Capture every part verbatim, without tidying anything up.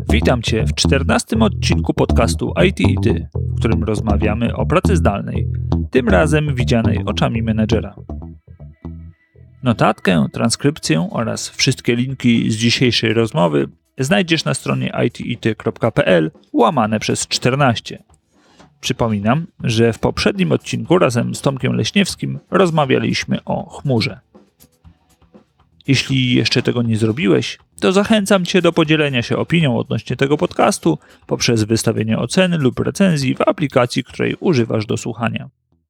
Witam Cię w czternastym odcinku podcastu I T i Ty, w którym rozmawiamy o pracy zdalnej, tym razem widzianej oczami menedżera. Notatkę, transkrypcję oraz wszystkie linki z dzisiejszej rozmowy znajdziesz na stronie itity kropka pl łamane przez czternaście. Przypominam, że w poprzednim odcinku razem z Tomkiem Leśniewskim rozmawialiśmy o chmurze. Jeśli jeszcze tego nie zrobiłeś, to zachęcam Cię do podzielenia się opinią odnośnie tego podcastu poprzez wystawienie oceny lub recenzji w aplikacji, której używasz do słuchania.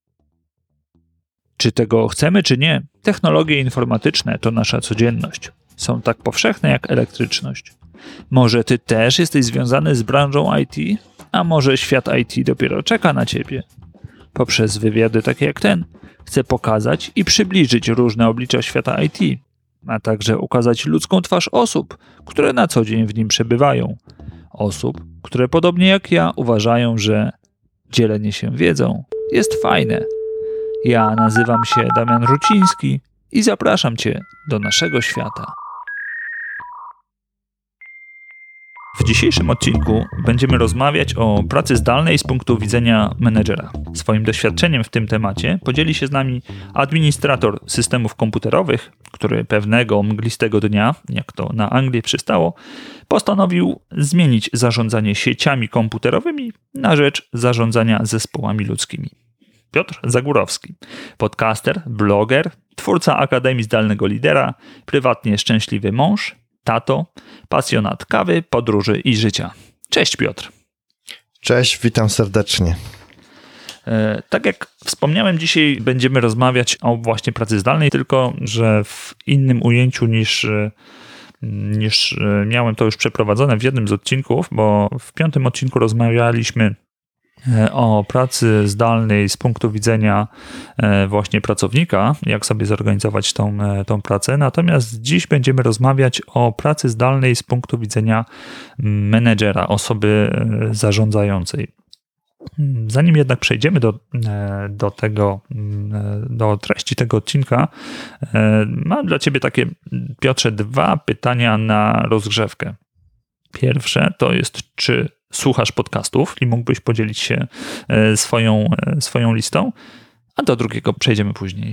Czy tego chcemy, czy nie, technologie informatyczne to nasza codzienność. Są tak powszechne jak elektryczność. Może Ty też jesteś związany z branżą I T, a może świat I T dopiero czeka na Ciebie. Poprzez wywiady takie jak ten chcę pokazać i przybliżyć różne oblicza świata I T, a także ukazać ludzką twarz osób, które na co dzień w nim przebywają. Osób, które podobnie jak ja uważają, że dzielenie się wiedzą jest fajne. Ja nazywam się Damian Ruciński i zapraszam Cię do naszego świata. W dzisiejszym odcinku będziemy rozmawiać o pracy zdalnej z punktu widzenia menedżera. Swoim doświadczeniem w tym temacie podzieli się z nami administrator systemów komputerowych, który pewnego mglistego dnia, jak to na Anglię przystało, postanowił zmienić zarządzanie sieciami komputerowymi na rzecz zarządzania zespołami ludzkimi. Piotr Zagórowski, podcaster, bloger, twórca Akademii Zdalnego Lidera, prywatnie szczęśliwy mąż, tato, pasjonat kawy, podróży i życia. Cześć Piotr. Cześć, witam serdecznie. E, tak jak wspomniałem, dzisiaj będziemy rozmawiać o właśnie pracy zdalnej, tylko że w innym ujęciu niż, niż miałem to już przeprowadzone w jednym z odcinków, bo w piątym odcinku rozmawialiśmy o pracy zdalnej z punktu widzenia właśnie pracownika, jak sobie zorganizować tą, tą pracę. Natomiast dziś będziemy rozmawiać o pracy zdalnej z punktu widzenia menedżera, osoby zarządzającej. Zanim jednak przejdziemy do, do tego, do treści tego odcinka, mam dla Ciebie takie, Piotrze, dwa pytania na rozgrzewkę. Pierwsze to jest, czy słuchasz podcastów i mógłbyś podzielić się swoją, swoją listą, a do drugiego przejdziemy później.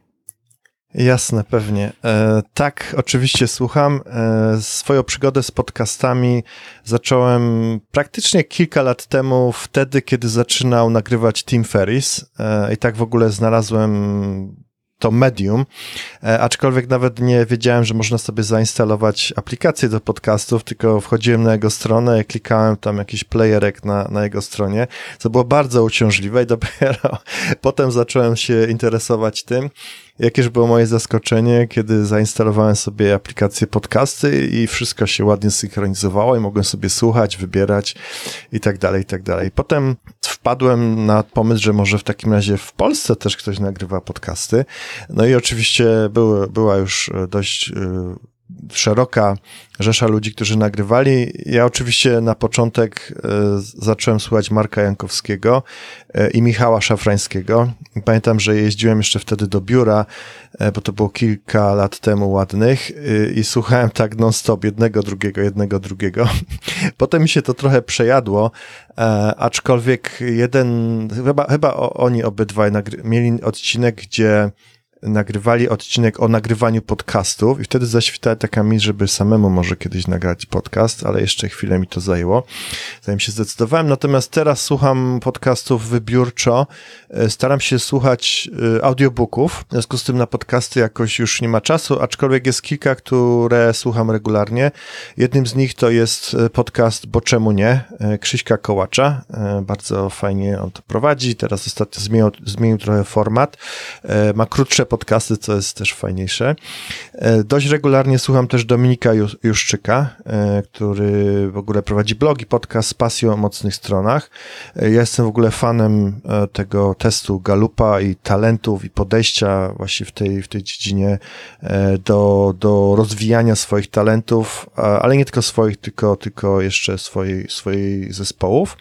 Jasne, pewnie. E, tak, oczywiście słucham. E, swoją przygodę z podcastami zacząłem praktycznie kilka lat temu, wtedy, kiedy zaczynał nagrywać Tim Ferriss. E, I tak w ogóle znalazłem to medium, e, aczkolwiek nawet nie wiedziałem, że można sobie zainstalować aplikację do podcastów, tylko wchodziłem na jego stronę, klikałem tam jakiś playerek na, na jego stronie, co było bardzo uciążliwe i dopiero potem zacząłem się interesować tym. Jakież było moje zaskoczenie, kiedy zainstalowałem sobie aplikację podcasty i wszystko się ładnie synchronizowało i mogłem sobie słuchać, wybierać i tak dalej, i tak dalej. Potem wpadłem na pomysł, że może w takim razie w Polsce też ktoś nagrywa podcasty. No i oczywiście były, była już dość szeroka rzesza ludzi, którzy nagrywali. Ja oczywiście na początek y, zacząłem słuchać Marka Jankowskiego y, i Michała Szafrańskiego. Pamiętam, że jeździłem jeszcze wtedy do biura, y, bo to było kilka lat temu ładnych y, i słuchałem tak non-stop jednego, drugiego, jednego, drugiego. Potem mi się to trochę przejadło, y, aczkolwiek jeden, chyba, chyba o, oni obydwaj nagry- mieli odcinek, gdzie nagrywali odcinek o nagrywaniu podcastów i wtedy zaświtała taka myśl, żeby samemu może kiedyś nagrać podcast, ale jeszcze chwilę mi to zajęło, zanim się zdecydowałem. Natomiast teraz słucham podcastów wybiórczo, staram się słuchać audiobooków, w związku z tym na podcasty jakoś już nie ma czasu, aczkolwiek jest kilka, które słucham regularnie. Jednym z nich to jest podcast Bo czemu nie? Krzyśka Kołacza, bardzo fajnie on to prowadzi, teraz ostatnio zmienił, zmienił trochę format, ma krótsze podcasty, co jest też fajniejsze. Dość regularnie słucham też Dominika Juszczyka, który w ogóle prowadzi blog i podcast z pasją o mocnych stronach. Ja jestem w ogóle fanem tego testu Gallupa i talentów i podejścia właśnie w tej, w tej dziedzinie do, do rozwijania swoich talentów, ale nie tylko swoich, tylko, tylko jeszcze swojej, swojej zespołów.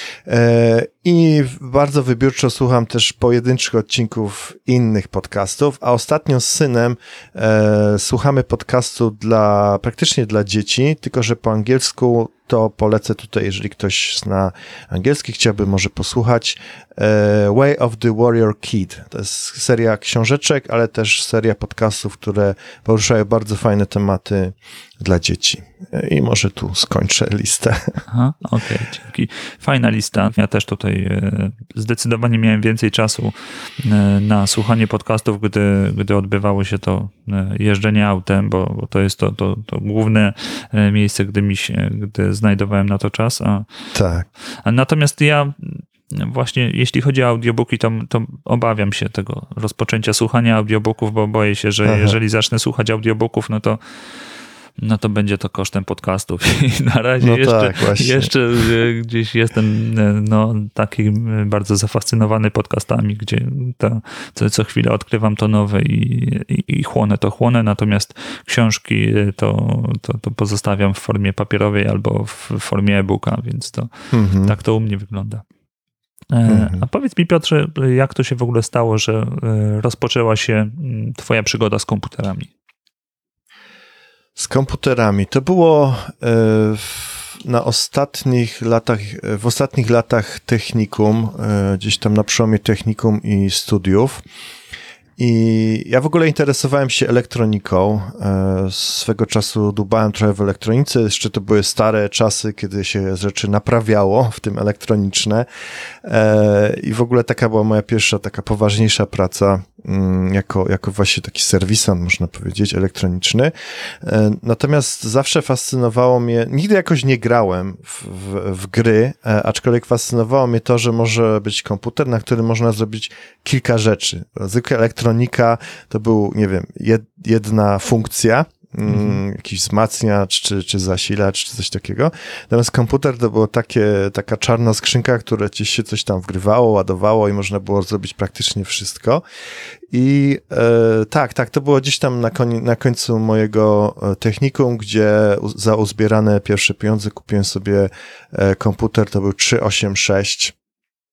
I bardzo wybiórczo słucham też pojedynczych odcinków innych podcastów, a ostatnio z synem e, słuchamy podcastu dla, praktycznie dla dzieci, tylko że po angielsku to polecę tutaj, jeżeli ktoś zna angielski, chciałby może posłuchać. Way of the Warrior Kid. To jest seria książeczek, ale też seria podcastów, które poruszają bardzo fajne tematy dla dzieci. I może tu skończę listę. Aha, okej, okay, dzięki. Fajna lista. Ja też tutaj zdecydowanie miałem więcej czasu na słuchanie podcastów, gdy, gdy odbywało się to jeżdżenie autem, bo, bo to jest to, to, to główne miejsce, gdy mi się, gdy znajdowałem na to czas. A, tak. A natomiast ja właśnie, jeśli chodzi o audiobooki, to, to obawiam się tego rozpoczęcia słuchania audiobooków, bo boję się, że Aha. jeżeli zacznę słuchać audiobooków, no to no to będzie to kosztem podcastów. I na razie no jeszcze, tak, jeszcze gdzieś jestem no, taki bardzo zafascynowany podcastami, gdzie to, co, co chwilę odkrywam to nowe i, i, i chłonę to chłonę, natomiast książki to, to, to pozostawiam w formie papierowej albo w formie e-booka, więc to mhm. tak to u mnie wygląda. Mhm. A powiedz mi, Piotrze, jak to się w ogóle stało, że rozpoczęła się twoja przygoda z komputerami? Z komputerami. To było na ostatnich latach, w ostatnich latach technikum, gdzieś tam na przełomie technikum i studiów. I ja w ogóle interesowałem się elektroniką. Swego czasu dłubałem trochę w elektronice. Jeszcze to były stare czasy, kiedy się rzeczy naprawiało, w tym elektroniczne. I w ogóle taka była moja pierwsza, taka poważniejsza praca jako, jako właśnie taki serwisant, można powiedzieć, elektroniczny. Natomiast zawsze fascynowało mnie, nigdy jakoś nie grałem w, w, w gry, aczkolwiek fascynowało mnie to, że może być komputer, na którym można zrobić kilka rzeczy. Zwykle elektronika to był, nie wiem, jed, jedna funkcja, Mhm. jakiś wzmacniacz, czy, czy zasilacz, czy coś takiego. Natomiast komputer to było takie, taka czarna skrzynka, która gdzieś się coś tam wgrywało, ładowało i można było zrobić praktycznie wszystko. I e, tak, tak, to było gdzieś tam na, koń, na końcu mojego technikum, gdzie za uzbierane pierwsze pieniądze kupiłem sobie e, komputer, to był trzysta osiemdziesiąt sześć.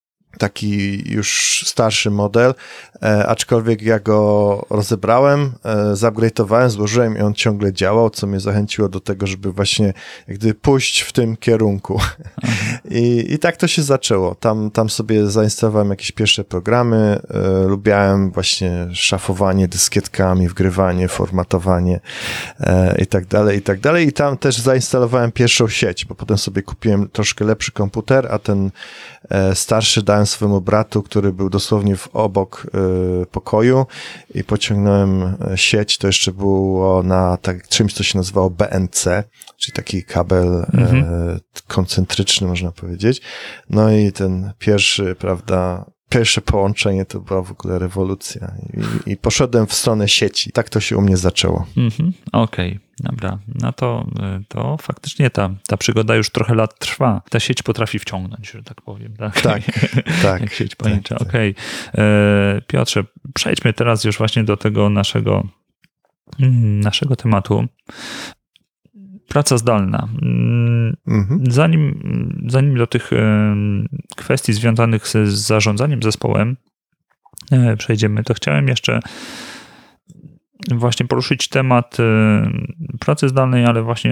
Taki już starszy model, e, aczkolwiek ja go rozebrałem, e, zupgrade'owałem, złożyłem i on ciągle działał, co mnie zachęciło do tego, żeby właśnie jak gdyby pójść w tym kierunku. I, i tak to się zaczęło. Tam, tam sobie zainstalowałem jakieś pierwsze programy, e, lubiałem właśnie szafowanie dyskietkami, wgrywanie, formatowanie e, i tak dalej, i tak dalej. I tam też zainstalowałem pierwszą sieć, bo potem sobie kupiłem troszkę lepszy komputer, a ten e, starszy dałem swojemu bratu, który był dosłownie w obok y, pokoju i pociągnąłem sieć, to jeszcze było na tak, czymś, co się nazywało B N C, czyli taki kabel mhm. y, koncentryczny, można powiedzieć. No i ten pierwszy, prawda, pierwsze połączenie to była w ogóle rewolucja i, i poszedłem w stronę sieci. Tak to się u mnie zaczęło. Mhm. Okej, okay. Dobra. No to, to faktycznie ta, ta przygoda już trochę lat trwa. Ta sieć potrafi wciągnąć, że tak powiem. Tak, tak. tak Jak sieć pajęcza. Tak, Okej. Okay. E, Piotrze, przejdźmy teraz już właśnie do tego naszego, naszego tematu. Praca zdalna. Mhm. Zanim, zanim do tych kwestii związanych z zarządzaniem zespołem przejdziemy, to chciałem jeszcze właśnie poruszyć temat pracy zdalnej, ale właśnie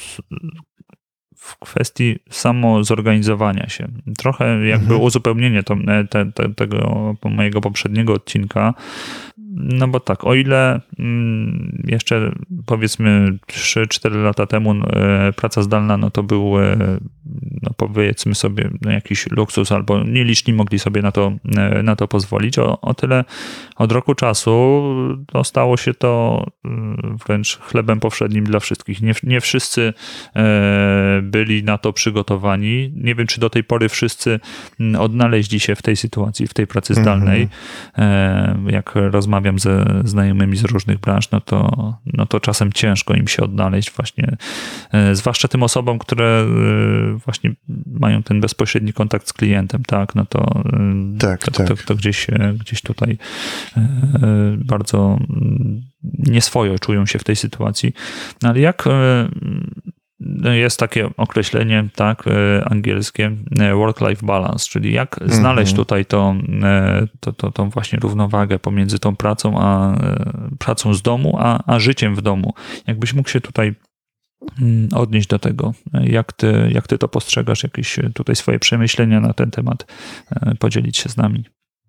w kwestii samozorganizowania się. Trochę jakby mhm. uzupełnienie to, te, te, tego mojego poprzedniego odcinka. No bo tak, o ile jeszcze powiedzmy trzy cztery lata temu praca zdalna, no to był, no powiedzmy sobie, jakiś luksus, albo nieliczni mogli sobie na to, na to pozwolić. O, o tyle od roku czasu no, stało się to wręcz chlebem powszednim dla wszystkich. Nie, nie wszyscy byli na to przygotowani. Nie wiem, czy do tej pory wszyscy odnaleźli się w tej sytuacji, w tej pracy zdalnej. Mm-hmm. Jak rozmawiam ze znajomymi z różnych branż, no to, no to czasem ciężko im się odnaleźć właśnie, zwłaszcza tym osobom, które właśnie mają ten bezpośredni kontakt z klientem, tak, no to, tak, to, tak. to, to gdzieś, gdzieś tutaj bardzo nieswojo czują się w tej sytuacji. No ale jak jest takie określenie, tak, angielskie work-life balance, czyli jak mm-hmm. znaleźć tutaj tą, to, to, tą właśnie równowagę pomiędzy tą pracą, a pracą z domu, a, a życiem w domu. Jakbyś mógł się tutaj odnieść do tego. Jak ty, jak ty to postrzegasz? Jakieś tutaj swoje przemyślenia na ten temat podzielić się z nami?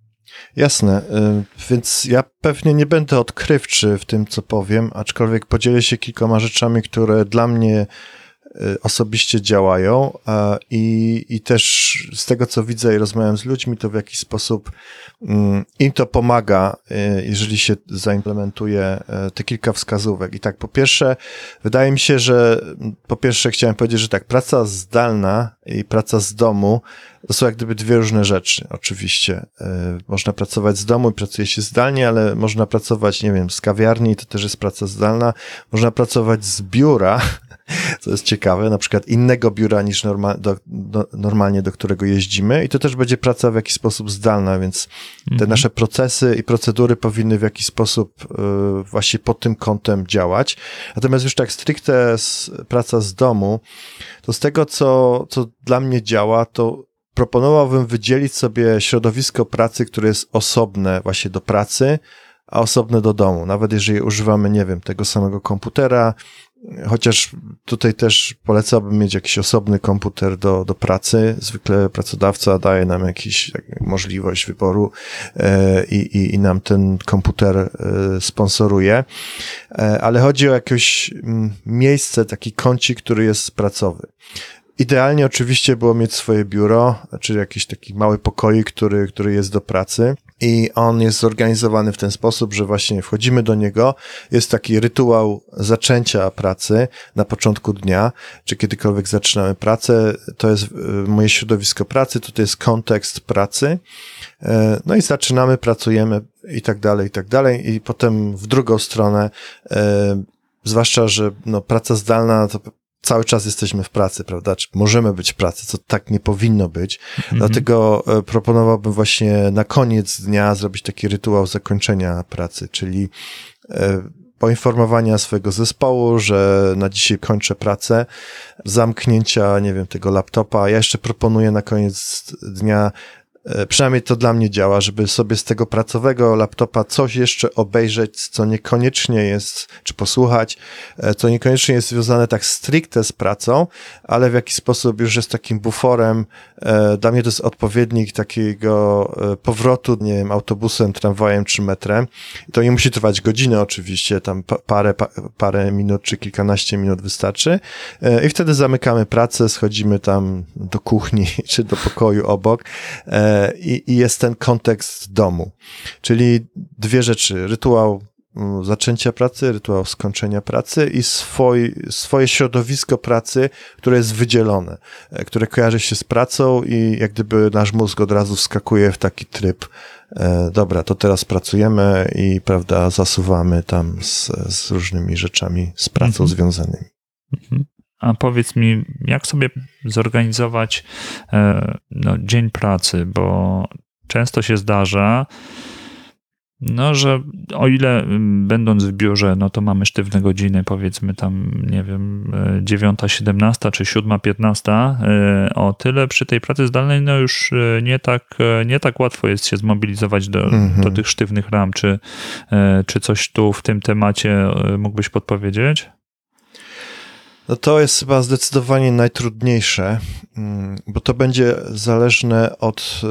Jasne, więc ja pewnie nie będę odkrywczy w tym, co powiem, aczkolwiek podzielę się kilkoma rzeczami, które dla mnie osobiście działają i, i też z tego, co widzę i rozmawiam z ludźmi, to w jakiś sposób im to pomaga, jeżeli się zaimplementuje te kilka wskazówek. I tak, po pierwsze, wydaje mi się, że po pierwsze chciałem powiedzieć, że tak, praca zdalna i praca z domu to są jak gdyby dwie różne rzeczy, oczywiście. Można pracować z domu i pracuje się zdalnie, ale można pracować, nie wiem, z kawiarni, to też jest praca zdalna. Można pracować z biura, co jest ciekawe, na przykład innego biura niż norma- do, do, normalnie, do którego jeździmy i to też będzie praca w jakiś sposób zdalna, więc te mhm. nasze procesy i procedury powinny w jakiś sposób y, właśnie pod tym kątem działać. Natomiast już tak stricte z, praca z domu, to z tego, co, co dla mnie działa, to proponowałbym wydzielić sobie środowisko pracy, które jest osobne właśnie do pracy, a osobne do domu. Nawet jeżeli używamy, nie wiem, tego samego komputera, chociaż tutaj też polecałbym mieć jakiś osobny komputer do, do pracy. Zwykle pracodawca daje nam jakąś możliwość wyboru e, i, i nam ten komputer e, sponsoruje. E, ale chodzi o jakieś m, miejsce, taki kącik, który jest pracowy. Idealnie oczywiście było mieć swoje biuro, czy jakiś taki mały pokoik, który, który jest do pracy i on jest zorganizowany w ten sposób, że właśnie wchodzimy do niego, jest taki rytuał zaczęcia pracy na początku dnia, czy kiedykolwiek zaczynamy pracę, to jest moje środowisko pracy, tutaj jest kontekst pracy, no i zaczynamy, pracujemy i tak dalej, i tak dalej i potem w drugą stronę, zwłaszcza, że no, praca zdalna to cały czas jesteśmy w pracy, prawda? Czy możemy być w pracy, co tak nie powinno być. Mm-hmm. Dlatego proponowałbym właśnie na koniec dnia zrobić taki rytuał zakończenia pracy, czyli poinformowania swojego zespołu, że na dzisiaj kończę pracę, zamknięcia, nie wiem, tego laptopa. Ja jeszcze proponuję na koniec dnia, przynajmniej to dla mnie działa, żeby sobie z tego pracowego laptopa coś jeszcze obejrzeć, co niekoniecznie jest, czy posłuchać, co niekoniecznie jest związane tak stricte z pracą, ale w jakiś sposób już jest takim buforem. Dla mnie to jest odpowiednik takiego powrotu, nie wiem, autobusem, tramwajem czy metrem. To nie musi trwać godziny oczywiście, tam parę, parę minut czy kilkanaście minut wystarczy i wtedy zamykamy pracę, schodzimy tam do kuchni czy do pokoju obok I, i jest ten kontekst domu. Czyli dwie rzeczy. Rytuał zaczęcia pracy, rytuał skończenia pracy i swoj, swoje środowisko pracy, które jest wydzielone, które kojarzy się z pracą i jak gdyby nasz mózg od razu wskakuje w taki tryb e, dobra, to teraz pracujemy i prawda, zasuwamy tam z, z różnymi rzeczami z pracą mhm. związanymi. Mhm. A powiedz mi, jak sobie zorganizować no, dzień pracy, bo często się zdarza, no, że o ile będąc w biurze, no to mamy sztywne godziny, powiedzmy tam, nie wiem, dziewiąta, siedemnasta czy siódma, piętnasta, o tyle przy tej pracy zdalnej, no już nie tak, nie tak łatwo jest się zmobilizować do, mhm. do tych sztywnych ram. Czy, czy coś tu w tym temacie mógłbyś podpowiedzieć? No to jest chyba zdecydowanie najtrudniejsze, bo to będzie zależne od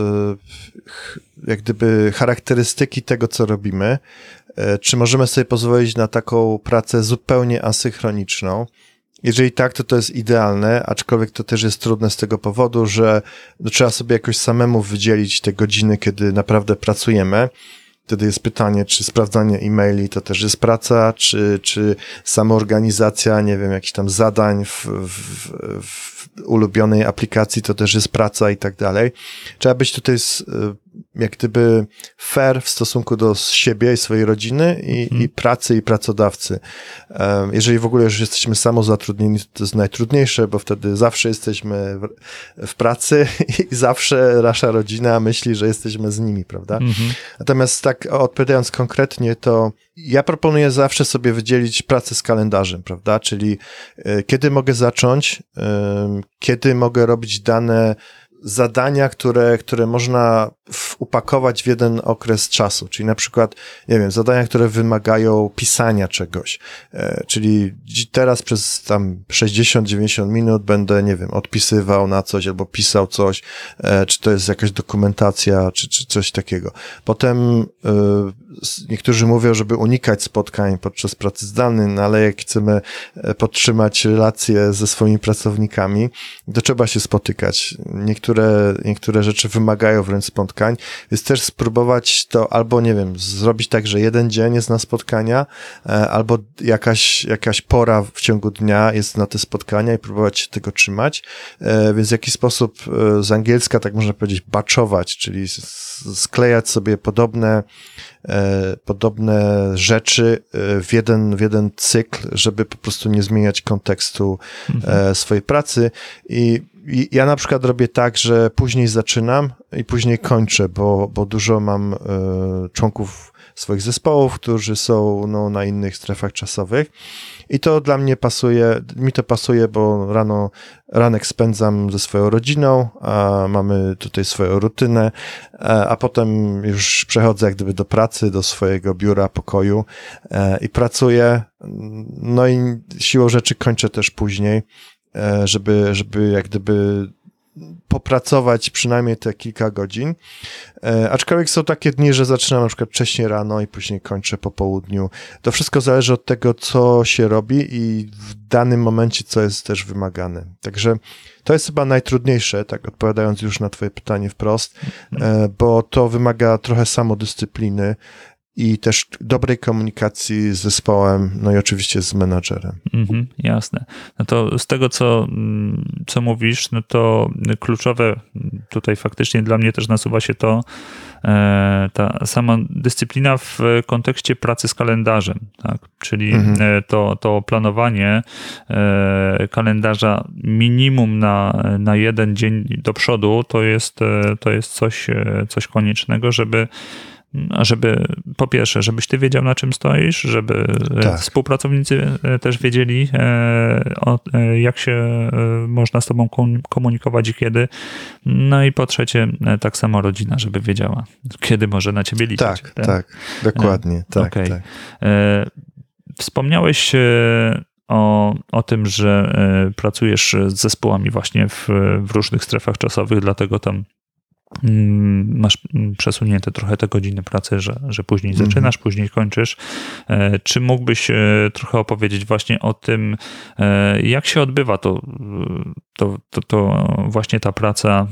jak gdyby charakterystyki tego, co robimy. Czy możemy sobie pozwolić na taką pracę zupełnie asynchroniczną? Jeżeli tak, to to jest idealne, aczkolwiek to też jest trudne z tego powodu, że no, trzeba sobie jakoś samemu wydzielić te godziny, kiedy naprawdę pracujemy. Wtedy jest pytanie, czy sprawdzanie e-maili to też jest praca, czy, czy samoorganizacja, nie wiem, jakichś tam zadań w, w, w ulubionej aplikacji to też jest praca i tak dalej. Trzeba być tutaj z, jak gdyby fair w stosunku do siebie i swojej rodziny i, hmm. i pracy i pracodawcy. Jeżeli w ogóle już jesteśmy samozatrudnieni, to jest najtrudniejsze, bo wtedy zawsze jesteśmy w, w pracy i zawsze nasza rodzina myśli, że jesteśmy z nimi, prawda? Hmm. Natomiast tak odpowiadając konkretnie, to ja proponuję zawsze sobie wydzielić pracę z kalendarzem, prawda? Czyli y, kiedy mogę zacząć, y, kiedy mogę robić dane zadania, które, które można w, upakować w jeden okres czasu, czyli na przykład, nie wiem, zadania, które wymagają pisania czegoś, e, czyli teraz przez tam sześćdziesiąt dziewięćdziesiąt minut będę, nie wiem, odpisywał na coś albo pisał coś, e, czy to jest jakaś dokumentacja, czy, czy coś takiego. Potem e, niektórzy mówią, żeby unikać spotkań podczas pracy zdalnej, no ale jak chcemy podtrzymać relacje ze swoimi pracownikami, to trzeba się spotykać. Niektóre, niektóre rzeczy wymagają wręcz spotkań, więc też spróbować to albo, nie wiem, zrobić tak, że jeden dzień jest na spotkania, albo jakaś, jakaś pora w ciągu dnia jest na te spotkania i próbować się tego trzymać. Więc w jakiś sposób z angielska, tak można powiedzieć, batchować, czyli sklejać sobie podobne podobne rzeczy w jeden, w jeden cykl, żeby po prostu nie zmieniać kontekstu mhm. swojej pracy. I, I ja na przykład robię tak, że później zaczynam i później kończę, bo, bo dużo mam członków swoich zespołów, którzy są no, na innych strefach czasowych. I to dla mnie pasuje, mi to pasuje, bo rano, ranek spędzam ze swoją rodziną, a mamy tutaj swoją rutynę, a potem już przechodzę jak gdyby do pracy, do swojego biura, pokoju i pracuję. No i siłą rzeczy kończę też później, żeby, żeby jak gdyby popracować przynajmniej te kilka godzin. E, aczkolwiek są takie dni, że zaczynam na przykład wcześniej rano i później kończę po południu. To wszystko zależy od tego, co się robi i w danym momencie, co jest też wymagane. Także to jest chyba najtrudniejsze, tak odpowiadając już na twoje pytanie wprost, e, bo to wymaga trochę samodyscypliny i też dobrej komunikacji z zespołem, no i oczywiście z menadżerem. Mhm, jasne. No to z tego, co, co mówisz, no to kluczowe tutaj faktycznie dla mnie też nasuwa się to e, ta sama dyscyplina w kontekście pracy z kalendarzem, tak? Czyli mhm. to, to planowanie e, kalendarza minimum na, na jeden dzień do przodu, to jest, to jest coś, coś koniecznego, żeby żeby po pierwsze, żebyś ty wiedział, na czym stoisz, żeby tak. współpracownicy też wiedzieli, jak się można z tobą komunikować i kiedy. No i po trzecie, tak samo rodzina, żeby wiedziała, kiedy może na ciebie liczyć. Tak, tak, tak, dokładnie. Tak, okay. tak. Wspomniałeś o, o tym, że pracujesz z zespołami właśnie w, w różnych strefach czasowych, dlatego tam masz przesunięte trochę te godziny pracy, że, że później mm-hmm. zaczynasz, później kończysz. Czy mógłbyś trochę opowiedzieć właśnie o tym, jak się odbywa to, to, to, to właśnie ta praca,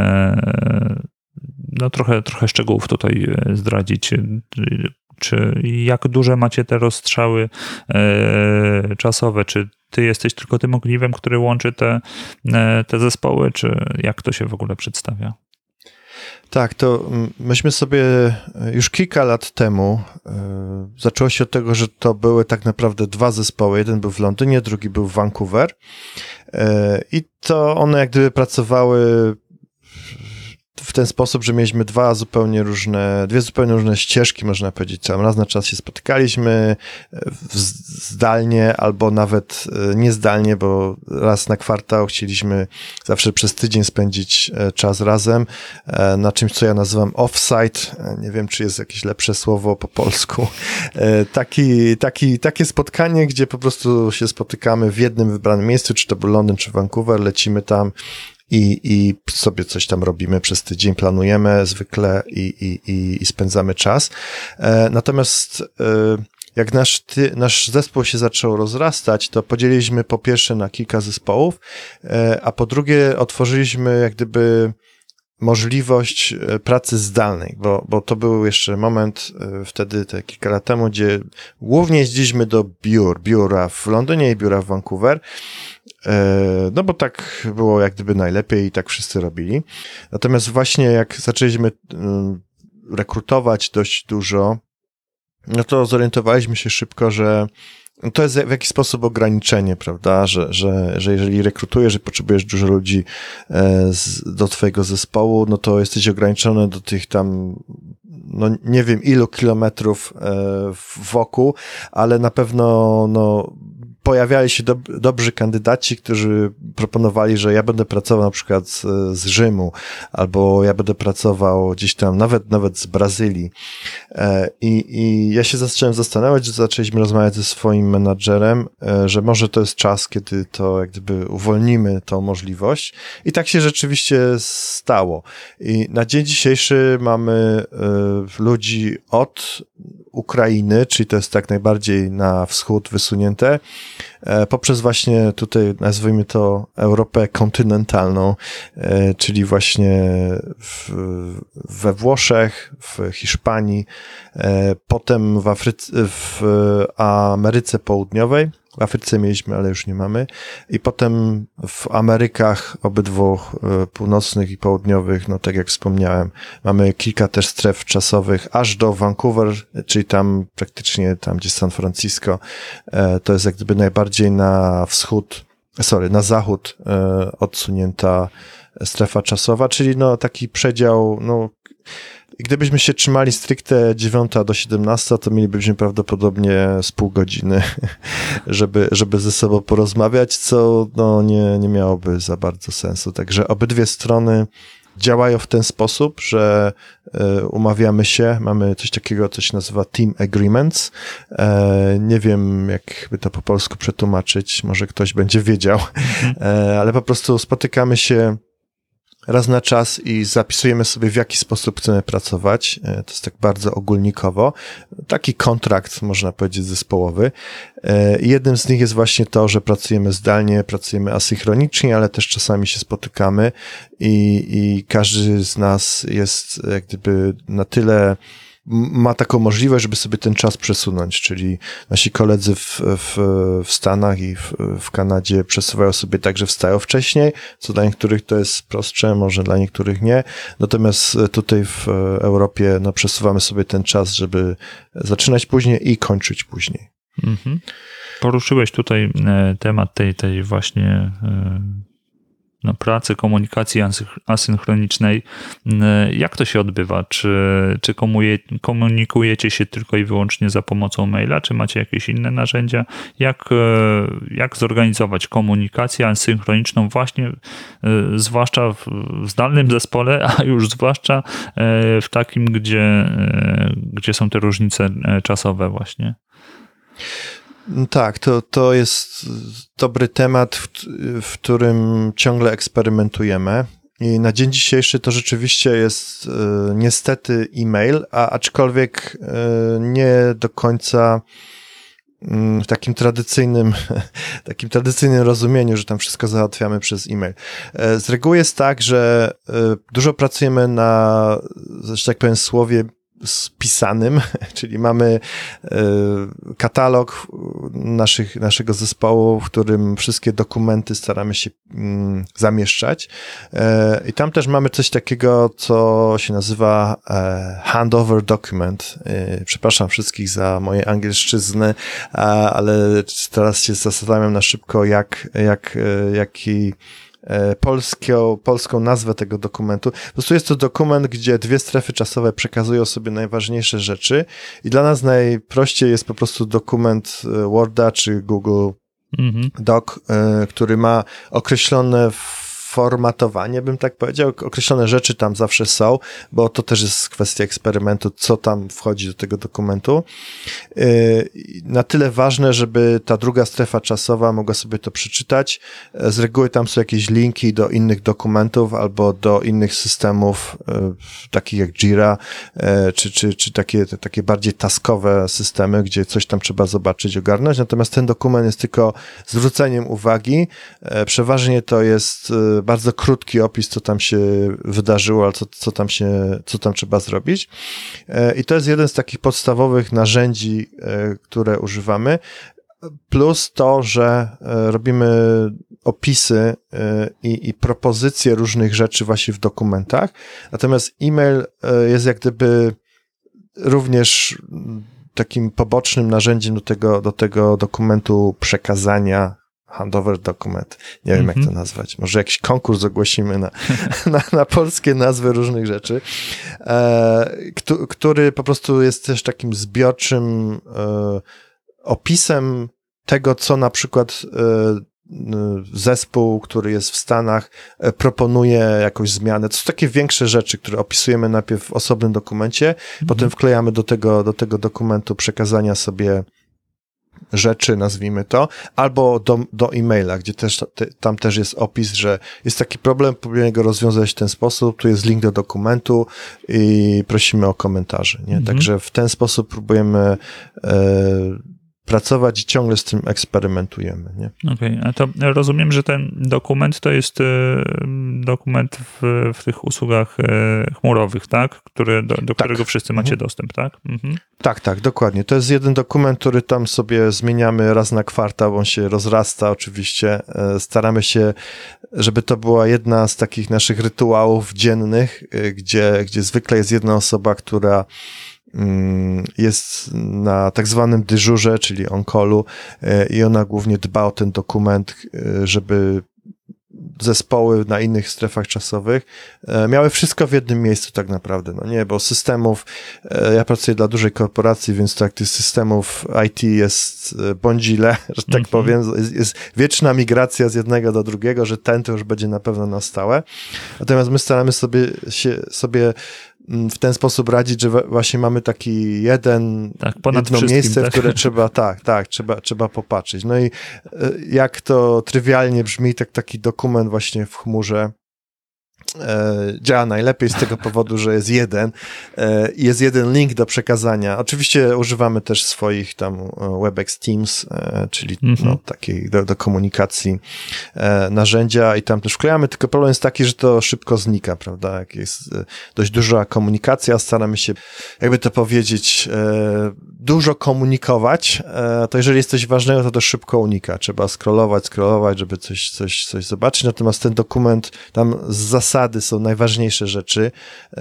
no trochę, trochę szczegółów tutaj zdradzić, czy jak duże macie te rozstrzały czasowe, czy ty jesteś tylko tym ogniwem, który łączy te, te zespoły, czy jak to się w ogóle przedstawia? Tak, to myśmy sobie już kilka lat temu, yy, zaczęło się od tego, że to były tak naprawdę dwa zespoły. Jeden był w Londynie, drugi był w Vancouver. Yy, I to one jak gdyby pracowały w ten sposób, że mieliśmy dwa zupełnie różne, dwie zupełnie różne ścieżki, można powiedzieć. Tam raz na czas się spotykaliśmy zdalnie albo nawet niezdalnie, bo raz na kwartał chcieliśmy zawsze przez tydzień spędzić czas razem na czymś, co ja nazywam off-site. Nie wiem, czy jest jakieś lepsze słowo po polsku. Taki, taki, takie spotkanie, gdzie po prostu się spotykamy w jednym wybranym miejscu, czy to był Londyn, czy Vancouver, lecimy tam I, i sobie coś tam robimy przez tydzień, planujemy zwykle i, i, i, i spędzamy czas. E, natomiast e, jak nasz, ty, nasz zespół się zaczął rozrastać, to podzieliliśmy po pierwsze na kilka zespołów, e, a po drugie otworzyliśmy jak gdyby możliwość pracy zdalnej, bo, bo to był jeszcze moment e, wtedy, te kilka lat temu, gdzie głównie jeździliśmy do biur, biura w Londynie i biura w Vancouver. No bo tak było jak gdyby najlepiej i tak wszyscy robili. Natomiast właśnie jak zaczęliśmy rekrutować dość dużo, no to zorientowaliśmy się szybko, że to jest w jakiś sposób ograniczenie, prawda, że, że, że jeżeli rekrutujesz i potrzebujesz dużo ludzi do twojego zespołu, no to jesteś ograniczony do tych tam, no nie wiem ilu kilometrów wokół, ale na pewno no pojawiali się do, dobrzy kandydaci, którzy proponowali, że ja będę pracował na przykład z, z Rzymu, albo ja będę pracował gdzieś tam, nawet nawet z Brazylii. I, i ja się zacząłem zastanawiać, że zaczęliśmy rozmawiać ze swoim menadżerem, że może to jest czas, kiedy to jak gdyby uwolnimy tą możliwość. I tak się rzeczywiście stało. I na dzień dzisiejszy mamy y, ludzi od Ukrainy, czyli to jest tak najbardziej na wschód wysunięte, e, poprzez właśnie tutaj nazwijmy to Europę kontynentalną, e, czyli właśnie w, we Włoszech, w Hiszpanii, e, potem w, Afryce, w Ameryce Południowej. W Afryce mieliśmy, ale już nie mamy. I potem w Amerykach obydwu północnych i południowych, no tak jak wspomniałem, mamy kilka też stref czasowych, aż do Vancouver, czyli tam praktycznie tam, gdzie San Francisco. To jest jak gdyby najbardziej na wschód, sorry, na zachód odsunięta strefa czasowa, czyli no taki przedział, no i gdybyśmy się trzymali stricte dziewiąta do siedemnasta, to mielibyśmy prawdopodobnie z pół godziny, żeby, żeby ze sobą porozmawiać, co no, nie, nie miałoby za bardzo sensu. Także obydwie strony działają w ten sposób, że y, umawiamy się, mamy coś takiego, co się nazywa Team Agreements. E, nie wiem, jak by to po polsku przetłumaczyć, może ktoś będzie wiedział, e, ale po prostu spotykamy się raz na czas i zapisujemy sobie, w jaki sposób chcemy pracować. To jest tak bardzo ogólnikowo. Taki kontrakt, można powiedzieć, zespołowy. Jednym z nich jest właśnie to, że pracujemy zdalnie, pracujemy asynchronicznie, ale też czasami się spotykamy i, i każdy z nas jest jak gdyby na tyle ma taką możliwość, żeby sobie ten czas przesunąć, czyli nasi koledzy w, w, w Stanach i w, w Kanadzie przesuwają sobie tak, że wstają wcześniej, co dla niektórych to jest prostsze, może dla niektórych nie, natomiast tutaj w Europie no, przesuwamy sobie ten czas, żeby zaczynać później i kończyć później. Mhm. Poruszyłeś tutaj temat tej, tej właśnie no, pracy, komunikacji asynchronicznej. Jak to się odbywa? Czy, czy komunikujecie się tylko i wyłącznie za pomocą maila, czy macie jakieś inne narzędzia? Jak, jak zorganizować komunikację asynchroniczną właśnie, zwłaszcza w zdalnym zespole, a już zwłaszcza w takim, gdzie, gdzie są te różnice czasowe właśnie? Tak, to, to jest dobry temat, w, w którym ciągle eksperymentujemy i na dzień dzisiejszy to rzeczywiście jest y, niestety e-mail, a aczkolwiek y, nie do końca y, w takim tradycyjnym, takim tradycyjnym rozumieniu, że tam wszystko załatwiamy przez e-mail. Y, z reguły jest tak, że y, dużo pracujemy na, że tak powiem, słowie spisanym, czyli mamy y, katalog naszych, naszego zespołu, w którym wszystkie dokumenty staramy się y, zamieszczać. Y, I tam też mamy coś takiego, co się nazywa y, handover document. Y, przepraszam wszystkich za moje angielszczyzny, a, ale teraz się zastanawiam na szybko, jak, jak, y, jaki Polską, polską nazwę tego dokumentu. Po prostu jest to dokument, gdzie dwie strefy czasowe przekazują sobie najważniejsze rzeczy i dla nas najprościej jest po prostu dokument Worda czy Google mhm. Doc, który ma określone formatowanie, bym tak powiedział, określone rzeczy tam zawsze są, bo to też jest kwestia eksperymentu, co tam wchodzi do tego dokumentu. Na tyle ważne, żeby ta druga strefa czasowa mogła sobie to przeczytać. Z reguły tam są jakieś linki do innych dokumentów albo do innych systemów, takich jak Jira, czy, czy, czy takie, takie bardziej taskowe systemy, gdzie coś tam trzeba zobaczyć, ogarnąć. Natomiast ten dokument jest tylko zwróceniem uwagi. Przeważnie to jest bardzo krótki opis, co tam się wydarzyło, ale co, co tam się, co tam trzeba zrobić. I to jest jeden z takich podstawowych narzędzi, które używamy. Plus to, że robimy opisy i, i propozycje różnych rzeczy właśnie w dokumentach. Natomiast e-mail jest jak gdyby również takim pobocznym narzędziem do tego, do tego dokumentu przekazania. Handover dokument. Nie wiem, mm-hmm. jak to nazwać. Może jakiś konkurs ogłosimy na, na, na polskie nazwy różnych rzeczy, e, k- który po prostu jest też takim zbiorczym e, opisem tego, co na przykład zespół, który jest w Stanach, proponuje jakąś zmianę. To są takie większe rzeczy, które opisujemy najpierw w osobnym dokumencie, mhm. potem wklejamy do tego, do tego dokumentu przekazania sobie rzeczy, nazwijmy to, albo do, do e-maila, gdzie też te, tam też jest opis, że jest taki problem, próbujemy go rozwiązać w ten sposób, tu jest link do dokumentu i prosimy o komentarze, nie? Mhm. Także w ten sposób próbujemy e, pracować i ciągle z tym eksperymentujemy, nie? Okej, okay. A to rozumiem, że ten dokument to jest dokument w, w tych usługach chmurowych, tak? Który, do, do tak. którego wszyscy macie mhm. dostęp, tak? Mhm. Tak, tak, dokładnie. To jest jeden dokument, który tam sobie zmieniamy raz na kwartał, on się rozrasta oczywiście. Staramy się, żeby to była jedna z takich naszych rytuałów dziennych, gdzie, gdzie zwykle jest jedna osoba, która jest na tak zwanym dyżurze, czyli on-callu i ona głównie dba o ten dokument, żeby zespoły na innych strefach czasowych miały wszystko w jednym miejscu tak naprawdę, no nie, bo systemów, ja pracuję dla dużej korporacji, więc tak tych systemów I T jest bądź ile, że tak mm-hmm. powiem, jest, jest wieczna migracja z jednego do drugiego, że ten to już będzie na pewno na stałe, natomiast my staramy sobie się, sobie w ten sposób radzić, że właśnie mamy taki jeden, tak, jedno miejsce, tak? w które trzeba, tak, tak, trzeba, trzeba popatrzeć. No i jak to trywialnie brzmi, tak taki dokument właśnie w chmurze e, działa najlepiej z tego powodu, że jest jeden e, jest jeden link do przekazania. Oczywiście używamy też swoich tam WebEx Teams, e, czyli mm-hmm. no, takiej do, do komunikacji e, narzędzia i tam też wklejamy, tylko problem jest taki, że to szybko znika, prawda? Jak jest e, dość duża komunikacja, staramy się, jakby to powiedzieć, e, dużo komunikować, e, to jeżeli jest coś ważnego, to to szybko unika. Trzeba scrollować, scrollować, żeby coś, coś, coś zobaczyć, natomiast ten dokument tam z zasady są najważniejsze rzeczy,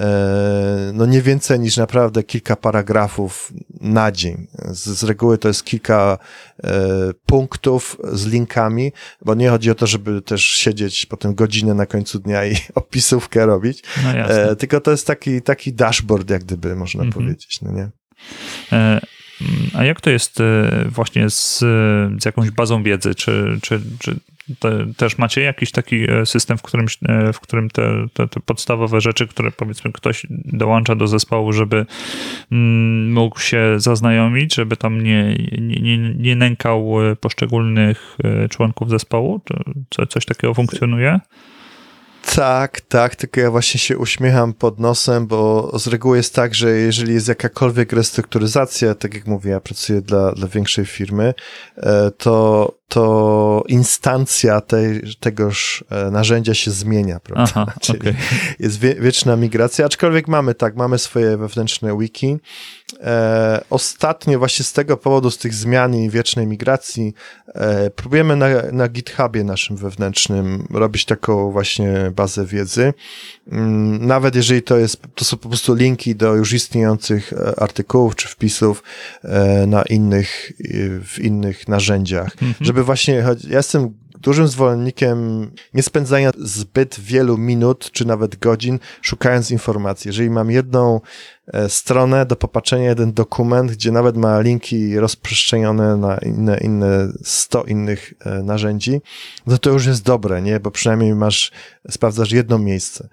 no nie więcej niż naprawdę kilka paragrafów na dzień. Z, z reguły to jest kilka e, punktów z linkami, bo nie chodzi o to, żeby też siedzieć potem godzinę na końcu dnia i opisówkę robić, no e, tylko to jest taki, taki dashboard, jak gdyby można mm-hmm. powiedzieć, no nie? E- A jak to jest właśnie z, z jakąś bazą wiedzy? Czy, czy, czy te, też macie jakiś taki system, w którym, w którym te, te, te podstawowe rzeczy, które powiedzmy ktoś dołącza do zespołu, żeby mógł się zaznajomić, żeby tam nie, nie, nie, nie nękał poszczególnych członków zespołu? Czy coś takiego funkcjonuje? Tak, tak, tylko ja właśnie się uśmiecham pod nosem, bo z reguły jest tak, że jeżeli jest jakakolwiek restrukturyzacja, tak jak mówię, ja pracuję dla, dla większej firmy, to, to instancja tej, tegoż narzędzia się zmienia, prawda? Aha, czyli okay. Jest wie, wieczna migracja, aczkolwiek mamy tak, mamy swoje wewnętrzne wiki. E, ostatnio właśnie z tego powodu, z tych zmian i wiecznej migracji, e, próbujemy na, na GitHubie naszym wewnętrznym robić taką właśnie bazę wiedzy. Mm, nawet jeżeli to jest, to są po prostu linki do już istniejących artykułów czy wpisów e, na innych, w innych narzędziach, mm-hmm. żeby właśnie, ja jestem dużym zwolennikiem nie spędzania zbyt wielu minut, czy nawet godzin szukając informacji. Jeżeli mam jedną stronę do popatrzenia, jeden dokument, gdzie nawet ma linki rozprzestrzenione na inne, inne sto innych narzędzi, to to już jest dobre, nie? Bo przynajmniej masz, sprawdzasz jedno miejsce.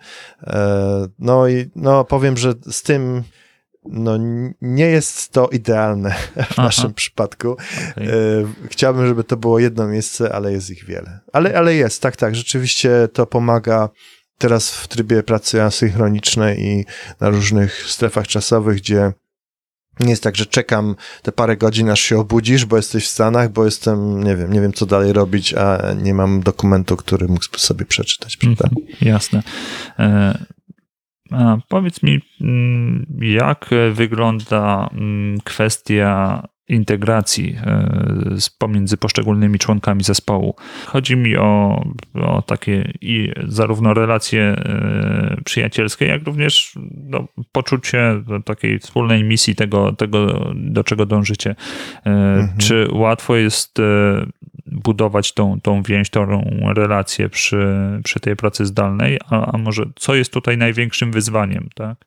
No i no powiem, że z tym no nie jest to idealne w Aha. naszym przypadku. Okay. Chciałbym, żeby to było jedno miejsce, ale jest ich wiele. Ale, ale jest, tak, tak, rzeczywiście to pomaga teraz w trybie pracy asynchronicznej i na różnych strefach czasowych, gdzie nie jest tak, że czekam te parę godzin, aż się obudzisz, bo jesteś w Stanach, bo jestem, nie wiem, nie wiem co dalej robić, a nie mam dokumentu, który mógł sobie przeczytać, prawda? Mm, jasne. E- A powiedz mi, jak wygląda kwestia integracji pomiędzy poszczególnymi członkami zespołu? Chodzi mi o, o takie i zarówno relacje przyjacielskie, jak również no, poczucie takiej wspólnej misji tego, tego do czego dążycie. Mhm. Czy łatwo jest budować tą, tą więź, tą relację przy, przy tej pracy zdalnej, a, a może co jest tutaj największym wyzwaniem, tak?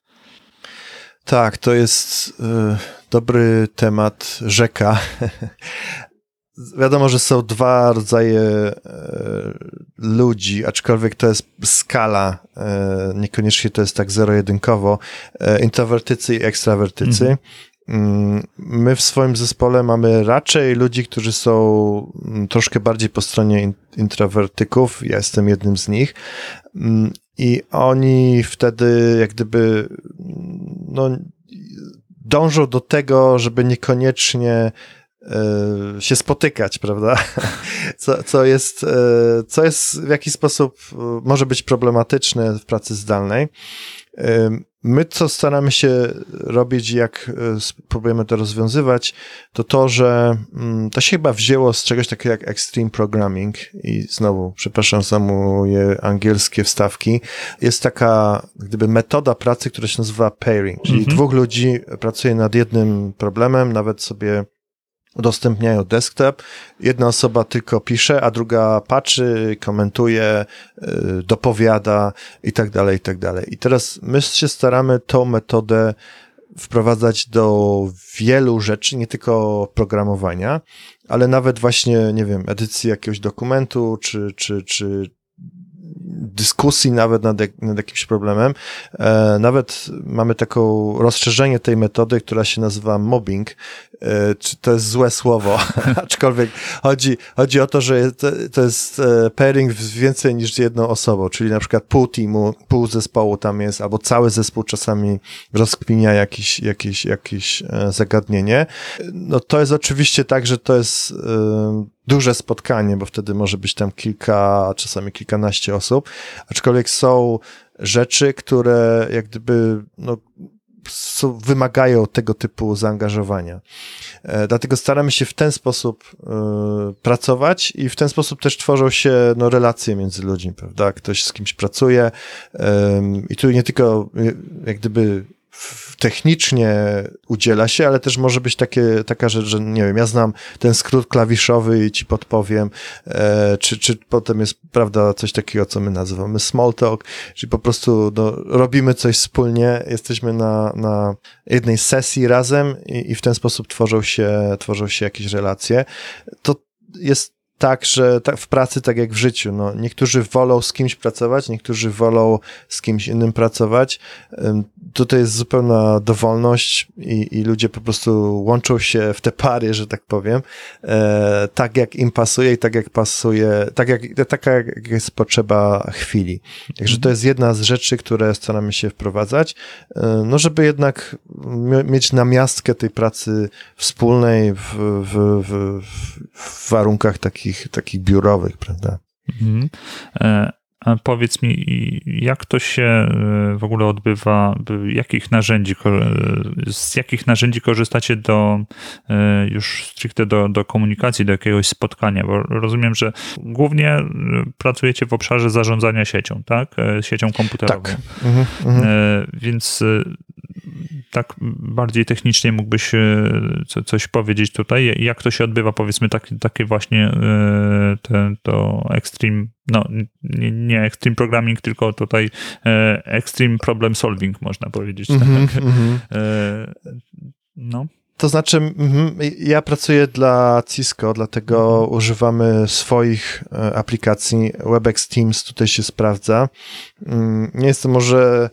Tak, to jest y, dobry temat, rzeka. wiadomo, że są dwa rodzaje e, ludzi, aczkolwiek to jest skala, e, niekoniecznie to jest tak zero-jedynkowo, e, introwertycy i ekstrawertycy. Mhm. My w swoim zespole mamy raczej ludzi, którzy są troszkę bardziej po stronie introwertyków. Ja jestem jednym z nich. I oni wtedy jak gdyby no, dążą do tego, żeby niekoniecznie się spotykać, prawda? Co, co jest, co jest w jakiś sposób może być problematyczne w pracy zdalnej. My, co staramy się robić, jak próbujemy to rozwiązywać, to to, że to się chyba wzięło z czegoś takiego jak extreme programming i znowu, przepraszam za moje angielskie wstawki, jest taka gdyby metoda pracy, która się nazywa pairing, czyli mhm. dwóch ludzi pracuje nad jednym problemem, nawet sobie udostępniają desktop, jedna osoba tylko pisze, a druga patrzy, komentuje, dopowiada i tak dalej, i tak dalej. I teraz my się staramy tą metodę wprowadzać do wielu rzeczy, nie tylko programowania, ale nawet właśnie, nie wiem, edycji jakiegoś dokumentu, czy, czy, czy dyskusji nawet nad, nad jakimś problemem. E, nawet mamy taką rozszerzenie tej metody, która się nazywa mobbing. E, czy to jest złe słowo, aczkolwiek chodzi, chodzi o to, że to, to jest pairing z więcej niż jedną osobą, czyli na przykład pół teamu, pół zespołu tam jest, albo cały zespół czasami rozkminia jakieś, jakieś, jakieś zagadnienie. No to jest oczywiście tak, że to jest e, duże spotkanie, bo wtedy może być tam kilka, a czasami kilkanaście osób, aczkolwiek są rzeczy, które jak gdyby no, są, wymagają tego typu zaangażowania. E, dlatego staramy się w ten sposób e, pracować i w ten sposób też tworzą się no, relacje między ludźmi, prawda? Ktoś z kimś pracuje e, i tu nie tylko jak gdyby technicznie udziela się, ale też może być takie, taka rzecz, że nie wiem, ja znam ten skrót klawiszowy i ci podpowiem, e, czy, czy potem jest, prawda, coś takiego, co my nazywamy small talk, czyli po prostu no, robimy coś wspólnie, jesteśmy na, na jednej sesji razem i, i w ten sposób tworzą się, tworzą się jakieś relacje. To jest tak, że tak w pracy, tak jak w życiu, no, niektórzy wolą z kimś pracować, niektórzy wolą z kimś innym pracować. Tutaj jest zupełna dowolność i, i ludzie po prostu łączą się w te pary, że tak powiem, e, tak jak im pasuje i tak jak pasuje, tak jak, taka jak jest potrzeba chwili. Także to jest jedna z rzeczy, które staramy się wprowadzać, e, no żeby jednak mieć namiastkę tej pracy wspólnej w, w, w, w warunkach takich takich biurowych, prawda? Mhm. A powiedz mi, jak to się w ogóle odbywa, jakich narzędzi, z jakich narzędzi korzystacie do już stricte do, do komunikacji, do jakiegoś spotkania, bo rozumiem, że głównie pracujecie w obszarze zarządzania siecią, tak? Siecią komputerową. Tak. Mhm, mhm. Więc tak bardziej technicznie mógłbyś coś powiedzieć tutaj? Jak to się odbywa, powiedzmy, taki, takie właśnie te, to extreme, no nie, nie extreme programming, tylko tutaj extreme problem solving, można powiedzieć. Mm-hmm, tak? Mm-hmm. No. To znaczy, ja pracuję dla Cisco, dlatego mhm. używamy swoich aplikacji. WebEx Teams tutaj się sprawdza. Nie jest to może,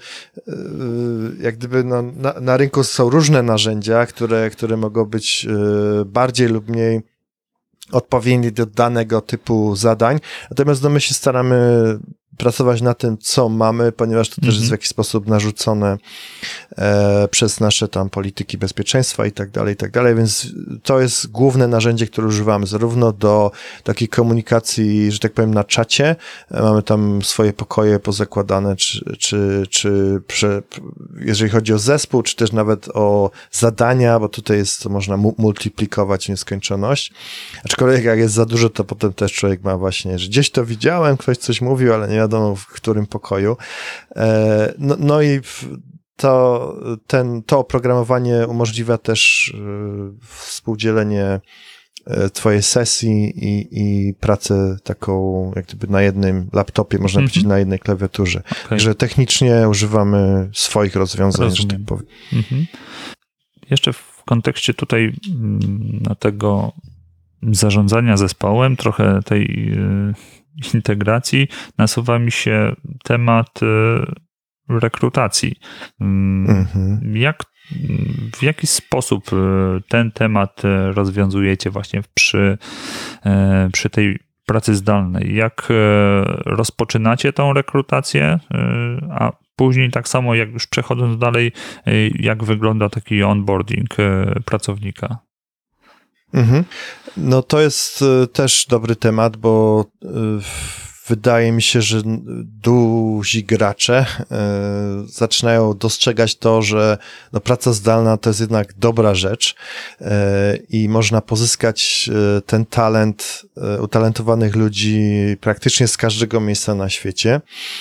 jak gdyby no, na, na rynku są różne narzędzia, które, które mogą być bardziej lub mniej odpowiednie do danego typu zadań. Natomiast no, my się staramy pracować na tym, co mamy, ponieważ to mm-hmm. też jest w jakiś sposób narzucone e, przez nasze tam polityki bezpieczeństwa i tak dalej, i tak dalej, więc to jest główne narzędzie, które używamy, zarówno do takiej komunikacji, że tak powiem, na czacie, e, mamy tam swoje pokoje pozakładane, czy, czy, czy prze, jeżeli chodzi o zespół, czy też nawet o zadania, bo tutaj jest, to można mu- multiplikować w nieskończoność, aczkolwiek jak jest za dużo, to potem też człowiek ma właśnie, że gdzieś to widziałem, ktoś coś mówił, ale nie wiadomo w którym pokoju. No, no i to, ten, to oprogramowanie umożliwia też współdzielenie twojej sesji i, i pracę taką jak gdyby na jednym laptopie, można mm-hmm. powiedzieć na jednej klawiaturze. Okay. Także technicznie używamy swoich rozwiązań, że tak powiem. Mm-hmm. Jeszcze w kontekście tutaj na tego zarządzania zespołem, trochę tej integracji, nasuwa mi się temat rekrutacji. Mhm. Jak, w jaki sposób ten temat rozwiązujecie właśnie przy, przy tej pracy zdalnej? Jak rozpoczynacie tą rekrutację, a później tak samo jak już przechodząc dalej, jak wygląda taki onboarding pracownika? Mhm. No to jest też dobry temat, bo wydaje mi się, że duzi gracze zaczynają dostrzegać to, że no praca zdalna to jest jednak dobra rzecz i można pozyskać ten talent utalentowanych ludzi praktycznie z każdego miejsca na świecie.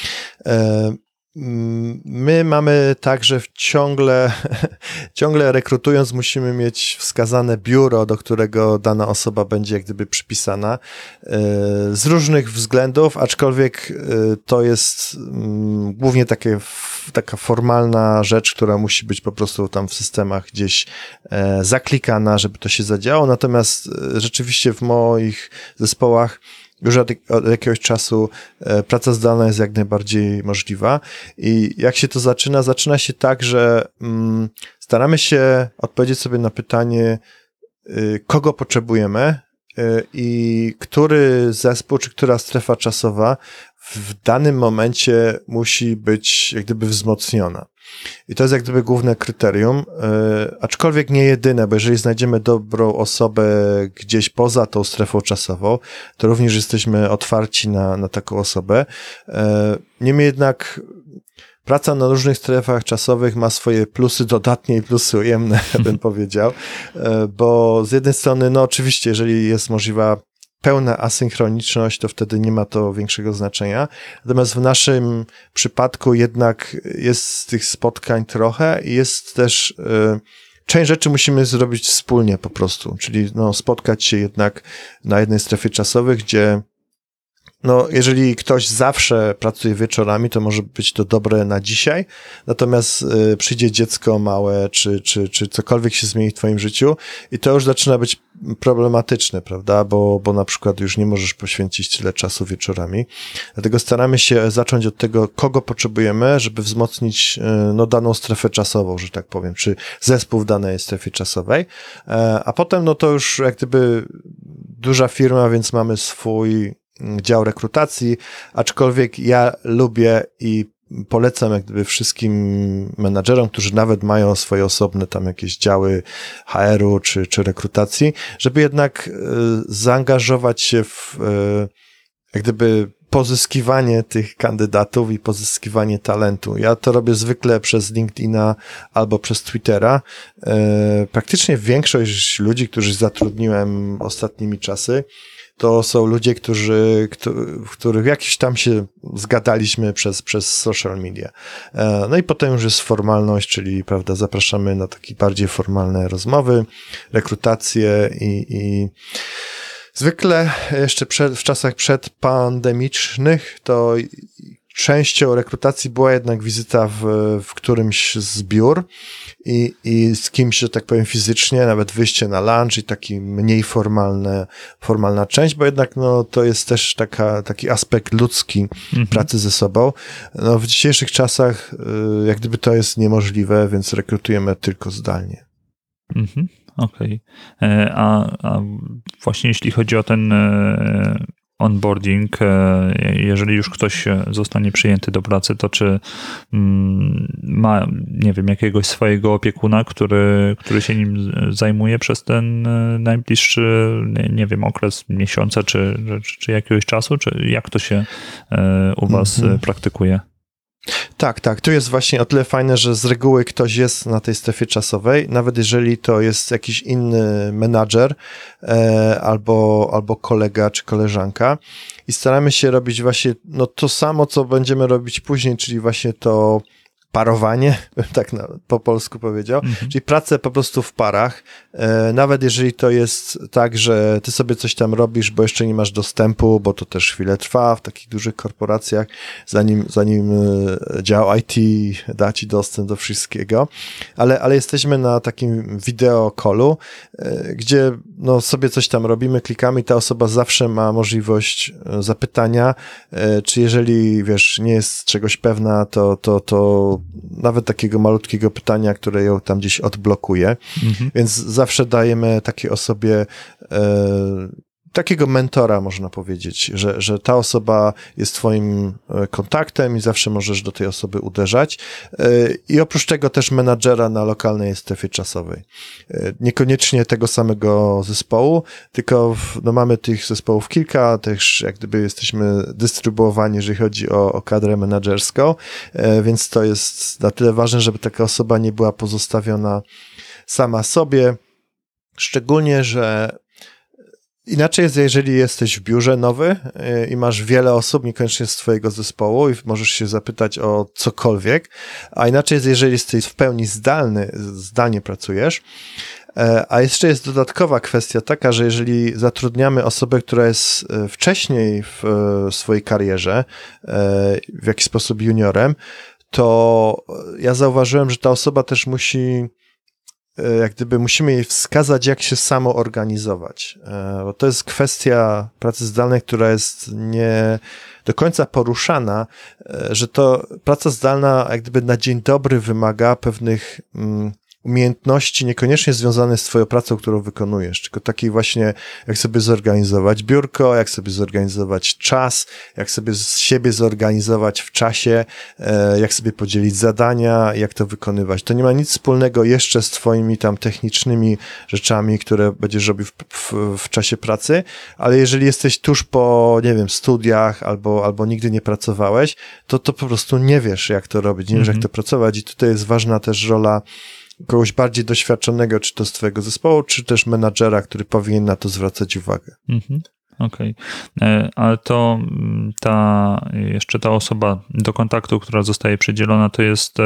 My mamy tak, że ciągle, ciągle rekrutując musimy mieć wskazane biuro, do którego dana osoba będzie jak gdyby przypisana z różnych względów, aczkolwiek to jest głównie takie, taka formalna rzecz, która musi być po prostu tam w systemach gdzieś zaklikana, żeby to się zadziało, natomiast rzeczywiście w moich zespołach już od, od jakiegoś czasu e, praca zdalna jest jak najbardziej możliwa i jak się to zaczyna? Zaczyna się tak, że mm, staramy się odpowiedzieć sobie na pytanie, y, kogo potrzebujemy y, i który zespół, czy która strefa czasowa w danym momencie musi być jak gdyby wzmocniona. I to jest jak gdyby główne kryterium, yy, aczkolwiek nie jedyne, bo jeżeli znajdziemy dobrą osobę gdzieś poza tą strefą czasową, to również jesteśmy otwarci na, na taką osobę. Yy, niemniej jednak praca na różnych strefach czasowych ma swoje plusy dodatnie i plusy ujemne, bym powiedział, yy, bo z jednej strony, no oczywiście, jeżeli jest możliwa pełna asynchroniczność, to wtedy nie ma to większego znaczenia. Natomiast w naszym przypadku jednak jest tych spotkań trochę i jest też y, część rzeczy musimy zrobić wspólnie po prostu, czyli no, spotkać się jednak na jednej strefie czasowej, gdzie no, jeżeli ktoś zawsze pracuje wieczorami, to może być to dobre na dzisiaj, natomiast y, przyjdzie dziecko małe, czy, czy, czy cokolwiek się zmieni w twoim życiu i to już zaczyna być problematyczne, prawda, bo, bo na przykład już nie możesz poświęcić tyle czasu wieczorami. Dlatego staramy się zacząć od tego, kogo potrzebujemy, żeby wzmocnić y, no, daną strefę czasową, że tak powiem, czy zespół w danej strefie czasowej, e, a potem no to już jak gdyby duża firma, więc mamy swój dział rekrutacji, aczkolwiek ja lubię i polecam jak gdyby wszystkim menadżerom, którzy nawet mają swoje osobne tam jakieś działy H R-u czy, czy rekrutacji, żeby jednak y, zaangażować się w y, jak gdyby pozyskiwanie tych kandydatów i pozyskiwanie talentu. Ja to robię zwykle przez LinkedIna albo przez Twittera. Y, praktycznie większość ludzi, których zatrudniłem ostatnimi czasy, to są ludzie, którzy, w których jakiś tam się zgadaliśmy przez, przez social media. No i potem już jest formalność, czyli, prawda, zapraszamy na takie bardziej formalne rozmowy, rekrutacje i, i zwykle jeszcze przed, w czasach przedpandemicznych to częścią rekrutacji była jednak wizyta w, w którymś z biur i, i z kimś, że tak powiem, fizycznie, nawet wyjście na lunch i taki mniej formalne, formalna część, bo jednak no, to jest też taka, taki aspekt ludzki mhm. pracy ze sobą. No, w dzisiejszych czasach y, jak gdyby to jest niemożliwe, więc rekrutujemy tylko zdalnie. Mhm. Okej. Okay. A, a właśnie jeśli chodzi o ten onboarding, jeżeli już ktoś zostanie przyjęty do pracy, to czy ma, nie wiem, jakiegoś swojego opiekuna, który, który się nim zajmuje przez ten najbliższy, nie wiem, okres miesiąca, czy, czy, czy jakiegoś czasu, czy jak to się u was mhm. praktykuje? Tak, tak. Tu jest właśnie o tyle fajne, że z reguły ktoś jest na tej strefie czasowej, nawet jeżeli to jest jakiś inny menadżer e, albo, albo kolega czy koleżanka i staramy się robić właśnie no, to samo, co będziemy robić później, czyli właśnie to parowanie, bym tak na, po polsku powiedział, mhm. czyli pracę po prostu w parach, e, nawet jeżeli to jest tak, że ty sobie coś tam robisz, bo jeszcze nie masz dostępu, bo to też chwilę trwa w takich dużych korporacjach, zanim, zanim dział I T da ci dostęp do wszystkiego, ale, ale jesteśmy na takim wideo callu, e, gdzie no, sobie coś tam robimy, klikamy i ta osoba zawsze ma możliwość zapytania, e, czy jeżeli, wiesz, nie jest czegoś pewna, to, to, to nawet takiego malutkiego pytania, które ją tam gdzieś odblokuje, mhm. więc zawsze dajemy takiej osobie e, takiego mentora, można powiedzieć, że, że ta osoba jest twoim kontaktem i zawsze możesz do tej osoby uderzać. I oprócz tego też menadżera na lokalnej strefie czasowej. Niekoniecznie tego samego zespołu, tylko w, no mamy tych zespołów kilka, też jak gdyby jesteśmy dystrybuowani, jeżeli chodzi o, o kadrę menadżerską, więc to jest na tyle ważne, żeby taka osoba nie była pozostawiona sama sobie, szczególnie, że inaczej jest, jeżeli jesteś w biurze nowy i masz wiele osób, niekoniecznie z twojego zespołu i możesz się zapytać o cokolwiek, a inaczej jest, jeżeli jesteś w pełni zdalny, zdalnie pracujesz. A jeszcze jest dodatkowa kwestia taka, że jeżeli zatrudniamy osobę, która jest wcześniej w swojej karierze, w jakiś sposób juniorem, to ja zauważyłem, że ta osoba też musi jak gdyby musimy jej wskazać, jak się samo organizować, bo to jest kwestia pracy zdalnej, która jest nie do końca poruszana, że to praca zdalna jak gdyby na dzień dobry wymaga pewnych umiejętności niekoniecznie związane z twoją pracą, którą wykonujesz, tylko takiej właśnie, jak sobie zorganizować biurko, jak sobie zorganizować czas, jak sobie z siebie zorganizować w czasie, jak sobie podzielić zadania, jak to wykonywać. To nie ma nic wspólnego jeszcze z twoimi tam technicznymi rzeczami, które będziesz robił w, w, w czasie pracy, ale jeżeli jesteś tuż po, nie wiem, studiach albo, albo nigdy nie pracowałeś, to to po prostu nie wiesz, jak to robić, nie wiesz, mm-hmm. jak to pracować i tutaj jest ważna też rola kogoś bardziej doświadczonego, czy to z twojego zespołu, czy też menadżera, który powinien na to zwracać uwagę. Mhm. Okej, okay. Ale to ta, jeszcze ta osoba do kontaktu, która zostaje przydzielona, to jest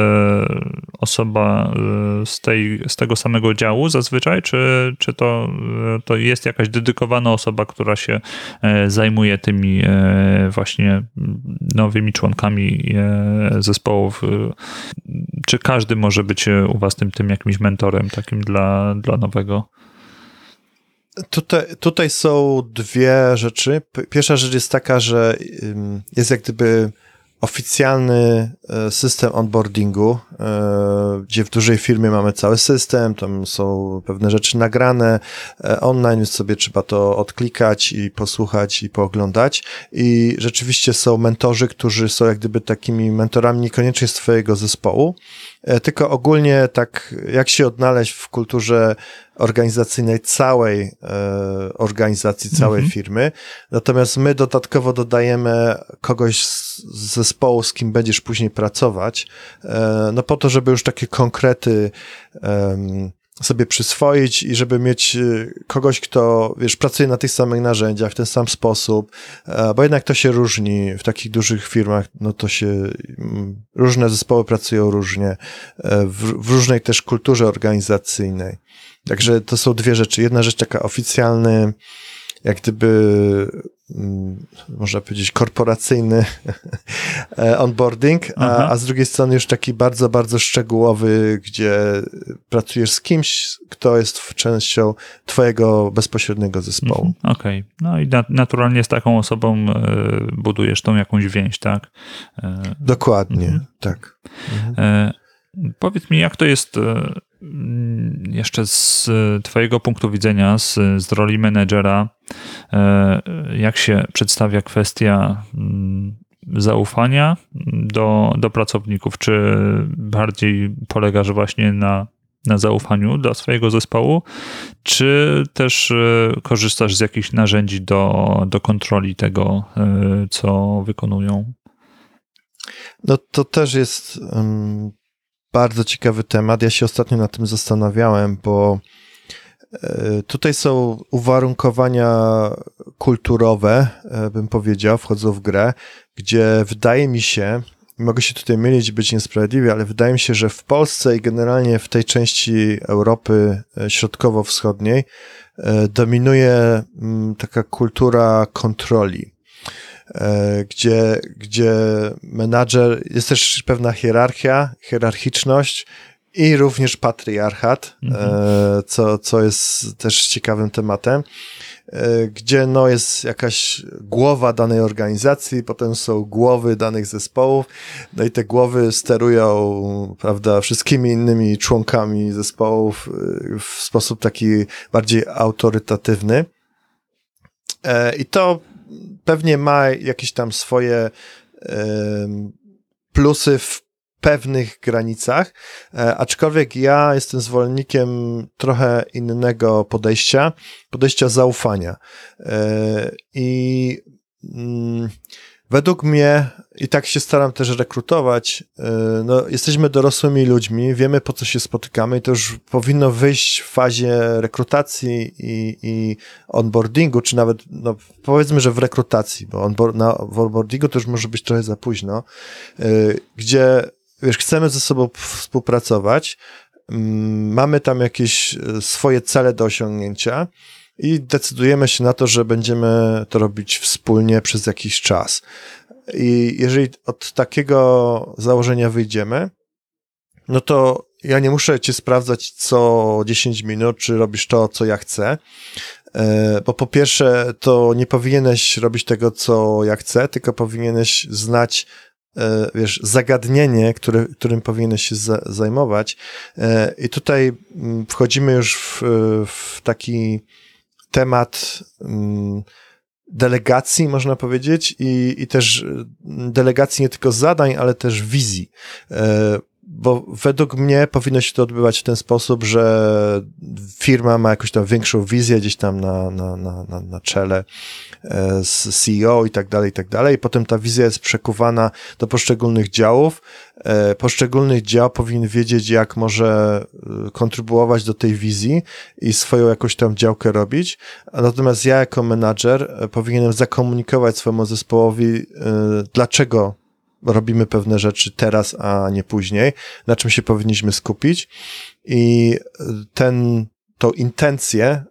osoba z, tej, z tego samego działu zazwyczaj, czy, czy to, to jest jakaś dedykowana osoba, która się zajmuje tymi właśnie nowymi członkami zespołów? Czy każdy może być u was tym, tym jakimś mentorem takim dla, dla nowego? Tutaj, tutaj są dwie rzeczy. Pierwsza rzecz jest taka, że jest jak gdyby oficjalny system onboardingu, gdzie w dużej firmie mamy cały system, tam są pewne rzeczy nagrane online, więc sobie trzeba to odklikać i posłuchać i pooglądać. I rzeczywiście są mentorzy, którzy są jak gdyby takimi mentorami niekoniecznie z twojego zespołu, tylko ogólnie tak jak się odnaleźć w kulturze organizacyjnej całej e, organizacji, całej mhm. firmy. Natomiast my dodatkowo dodajemy kogoś z, z zespołu, z kim będziesz później pracować, e, no po to, żeby już takie konkrety e, sobie przyswoić i żeby mieć kogoś, kto, wiesz, pracuje na tych samych narzędziach w ten sam sposób, bo jednak to się różni w takich dużych firmach, no to się, różne zespoły pracują różnie, w, w różnej też kulturze organizacyjnej. Także to są dwie rzeczy. Jedna rzecz taka oficjalny, jak gdyby, można powiedzieć, korporacyjny onboarding, a, a z drugiej strony już taki bardzo, bardzo szczegółowy, gdzie pracujesz z kimś, kto jest częścią twojego bezpośredniego zespołu. Okej. Okay. No i nat- naturalnie z taką osobą y, budujesz tą jakąś więź, tak? Y, Dokładnie, mhm. tak. Mhm. Y, powiedz mi, jak to jest y, jeszcze z twojego punktu widzenia, z, z roli menedżera, jak się przedstawia kwestia zaufania do, do pracowników? Czy bardziej polegasz właśnie na, na zaufaniu do swojego zespołu, czy też korzystasz z jakichś narzędzi do, do kontroli tego, co wykonują? No to też jest um... bardzo ciekawy temat. Ja się ostatnio nad tym zastanawiałem, bo tutaj są uwarunkowania kulturowe, bym powiedział, wchodzą w grę, gdzie wydaje mi się, mogę się tutaj mylić i być niesprawiedliwy, ale wydaje mi się, że w Polsce i generalnie w tej części Europy środkowo-wschodniej dominuje taka kultura kontroli, gdzie, gdzie menadżer, jest też pewna hierarchia, hierarchiczność i również patriarchat, mhm. co, co jest też ciekawym tematem, gdzie no jest jakaś głowa danej organizacji, potem są głowy danych zespołów, no i te głowy sterują, prawda, wszystkimi innymi członkami zespołów w sposób taki bardziej autorytatywny. I to pewnie ma jakieś tam swoje plusy w pewnych granicach, aczkolwiek ja jestem zwolennikiem trochę innego podejścia, podejścia zaufania. I według mnie, i tak się staram też rekrutować, no, jesteśmy dorosłymi ludźmi, wiemy, po co się spotykamy i to już powinno wyjść w fazie rekrutacji i, i onboardingu, czy nawet, no, powiedzmy, że w rekrutacji, bo onboard, na, w onboardingu to już może być trochę za późno, gdzie wiesz, chcemy ze sobą współpracować, mamy tam jakieś swoje cele do osiągnięcia i decydujemy się na to, że będziemy to robić wspólnie przez jakiś czas. I jeżeli od takiego założenia wyjdziemy, no to ja nie muszę cię sprawdzać co dziesięć minut, czy robisz to, co ja chcę, bo po pierwsze to nie powinieneś robić tego, co ja chcę, tylko powinieneś znać wiesz, zagadnienie, które, którym powinieneś się za, zajmować. I tutaj wchodzimy już w, w taki temat delegacji, można powiedzieć, i, i też delegacji nie tylko zadań, ale też wizji. Bo według mnie powinno się to odbywać w ten sposób, że firma ma jakąś tam większą wizję gdzieś tam na, na, na, na czele z C E O i tak dalej, i tak dalej. I potem ta wizja jest przekuwana do poszczególnych działów. Poszczególny dział powinien wiedzieć, jak może kontrybuować do tej wizji i swoją jakąś tam działkę robić. Natomiast ja jako menadżer powinienem zakomunikować swojemu zespołowi, dlaczego robimy pewne rzeczy teraz, a nie później, na czym się powinniśmy skupić i ten, tą intencję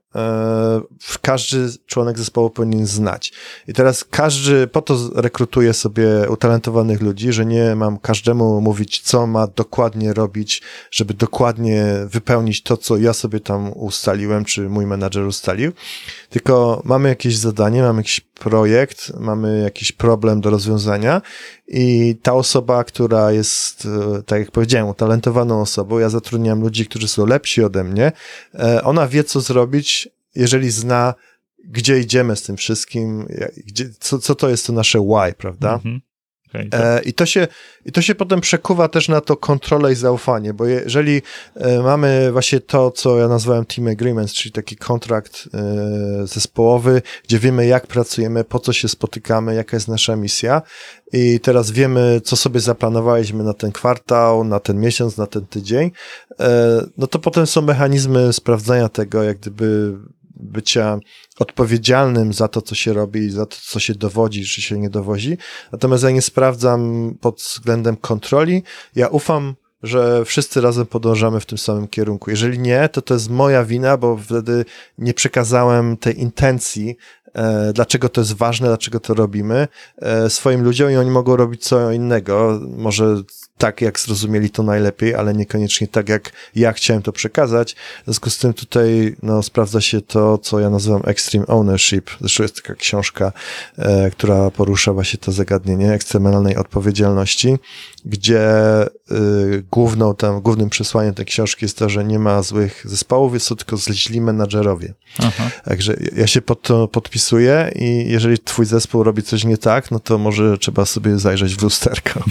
każdy członek zespołu powinien znać. I teraz każdy, po to rekrutuje sobie utalentowanych ludzi, że nie mam każdemu mówić, co ma dokładnie robić, żeby dokładnie wypełnić to, co ja sobie tam ustaliłem, czy mój menadżer ustalił, tylko mamy jakieś zadanie, mamy jakiś projekt, mamy jakiś problem do rozwiązania i ta osoba, która jest, tak jak powiedziałem, utalentowaną osobą, ja zatrudniam ludzi, którzy są lepsi ode mnie, ona wie, co zrobić, jeżeli zna, gdzie idziemy z tym wszystkim, gdzie, co, co to jest to nasze why, prawda? Mhm. Okay, tak. e, i, to się, I to się potem przekuwa też na to kontrolę i zaufanie, bo jeżeli e, mamy właśnie to, co ja nazwałem team agreements, czyli taki kontrakt e, zespołowy, gdzie wiemy, jak pracujemy, po co się spotykamy, jaka jest nasza misja i teraz wiemy, co sobie zaplanowaliśmy na ten kwartał, na ten miesiąc, na ten tydzień, e, no to potem są mechanizmy sprawdzania tego, jak gdyby bycia odpowiedzialnym za to, co się robi, za to, co się dowodzi, czy się nie dowodzi. Natomiast ja nie sprawdzam pod względem kontroli. Ja ufam, że wszyscy razem podążamy w tym samym kierunku. Jeżeli nie, to to jest moja wina, bo wtedy nie przekazałem tej intencji, e, dlaczego to jest ważne, dlaczego to robimy e, swoim ludziom i oni mogą robić co innego. Może tak, jak zrozumieli to najlepiej, ale niekoniecznie tak, jak ja chciałem to przekazać. W związku z tym tutaj no, sprawdza się to, co ja nazywam extreme ownership. Zresztą jest taka książka, e, która porusza właśnie to zagadnienie ekstremalnej odpowiedzialności, gdzie y, główną tam, głównym przesłaniem tej książki jest to, że nie ma złych zespołów, są tylko źli menadżerowie. Aha. Także ja się pod to podpisuję i jeżeli twój zespół robi coś nie tak, no to może trzeba sobie zajrzeć w lusterko.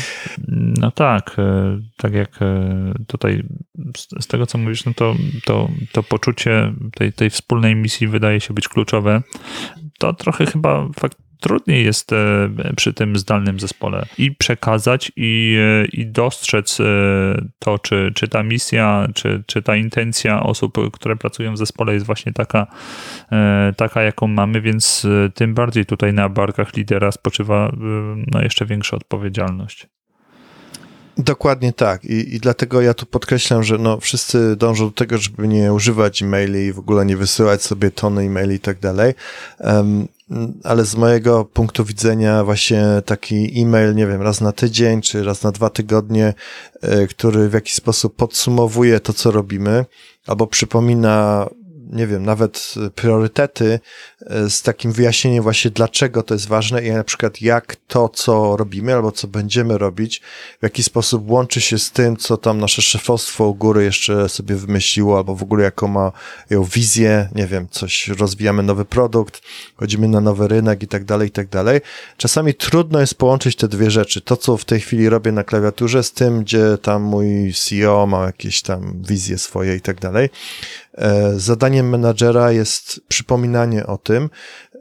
No tak, tak jak tutaj z tego, co mówisz, no to, to, to poczucie tej, tej wspólnej misji wydaje się być kluczowe. To trochę chyba fakt trudniej jest przy tym zdalnym zespole i przekazać i, i dostrzec to, czy, czy ta misja, czy, czy ta intencja osób, które pracują w zespole jest właśnie taka, taka, jaką mamy, więc tym bardziej tutaj na barkach lidera spoczywa no, jeszcze większa odpowiedzialność. Dokładnie tak. I, i dlatego ja tu podkreślam, że no wszyscy dążą do tego, żeby nie używać e-maili i w ogóle nie wysyłać sobie tony e-maili i tak dalej. Um, ale z mojego punktu widzenia właśnie taki e-mail, nie wiem, raz na tydzień czy raz na dwa tygodnie, y, który w jakiś sposób podsumowuje to, co robimy, albo przypomina, nie wiem, nawet priorytety z takim wyjaśnieniem właśnie, dlaczego to jest ważne i na przykład jak to, co robimy albo co będziemy robić, w jaki sposób łączy się z tym, co tam nasze szefostwo u góry jeszcze sobie wymyśliło, albo w ogóle jaką ma ją wizję, nie wiem, coś, rozwijamy nowy produkt, chodzimy na nowy rynek i tak dalej, i tak dalej. Czasami trudno jest połączyć te dwie rzeczy. To, co w tej chwili robię na klawiaturze, z tym, gdzie tam mój C E O ma jakieś tam wizje swoje i tak dalej. Zadaniem menadżera jest przypominanie o tym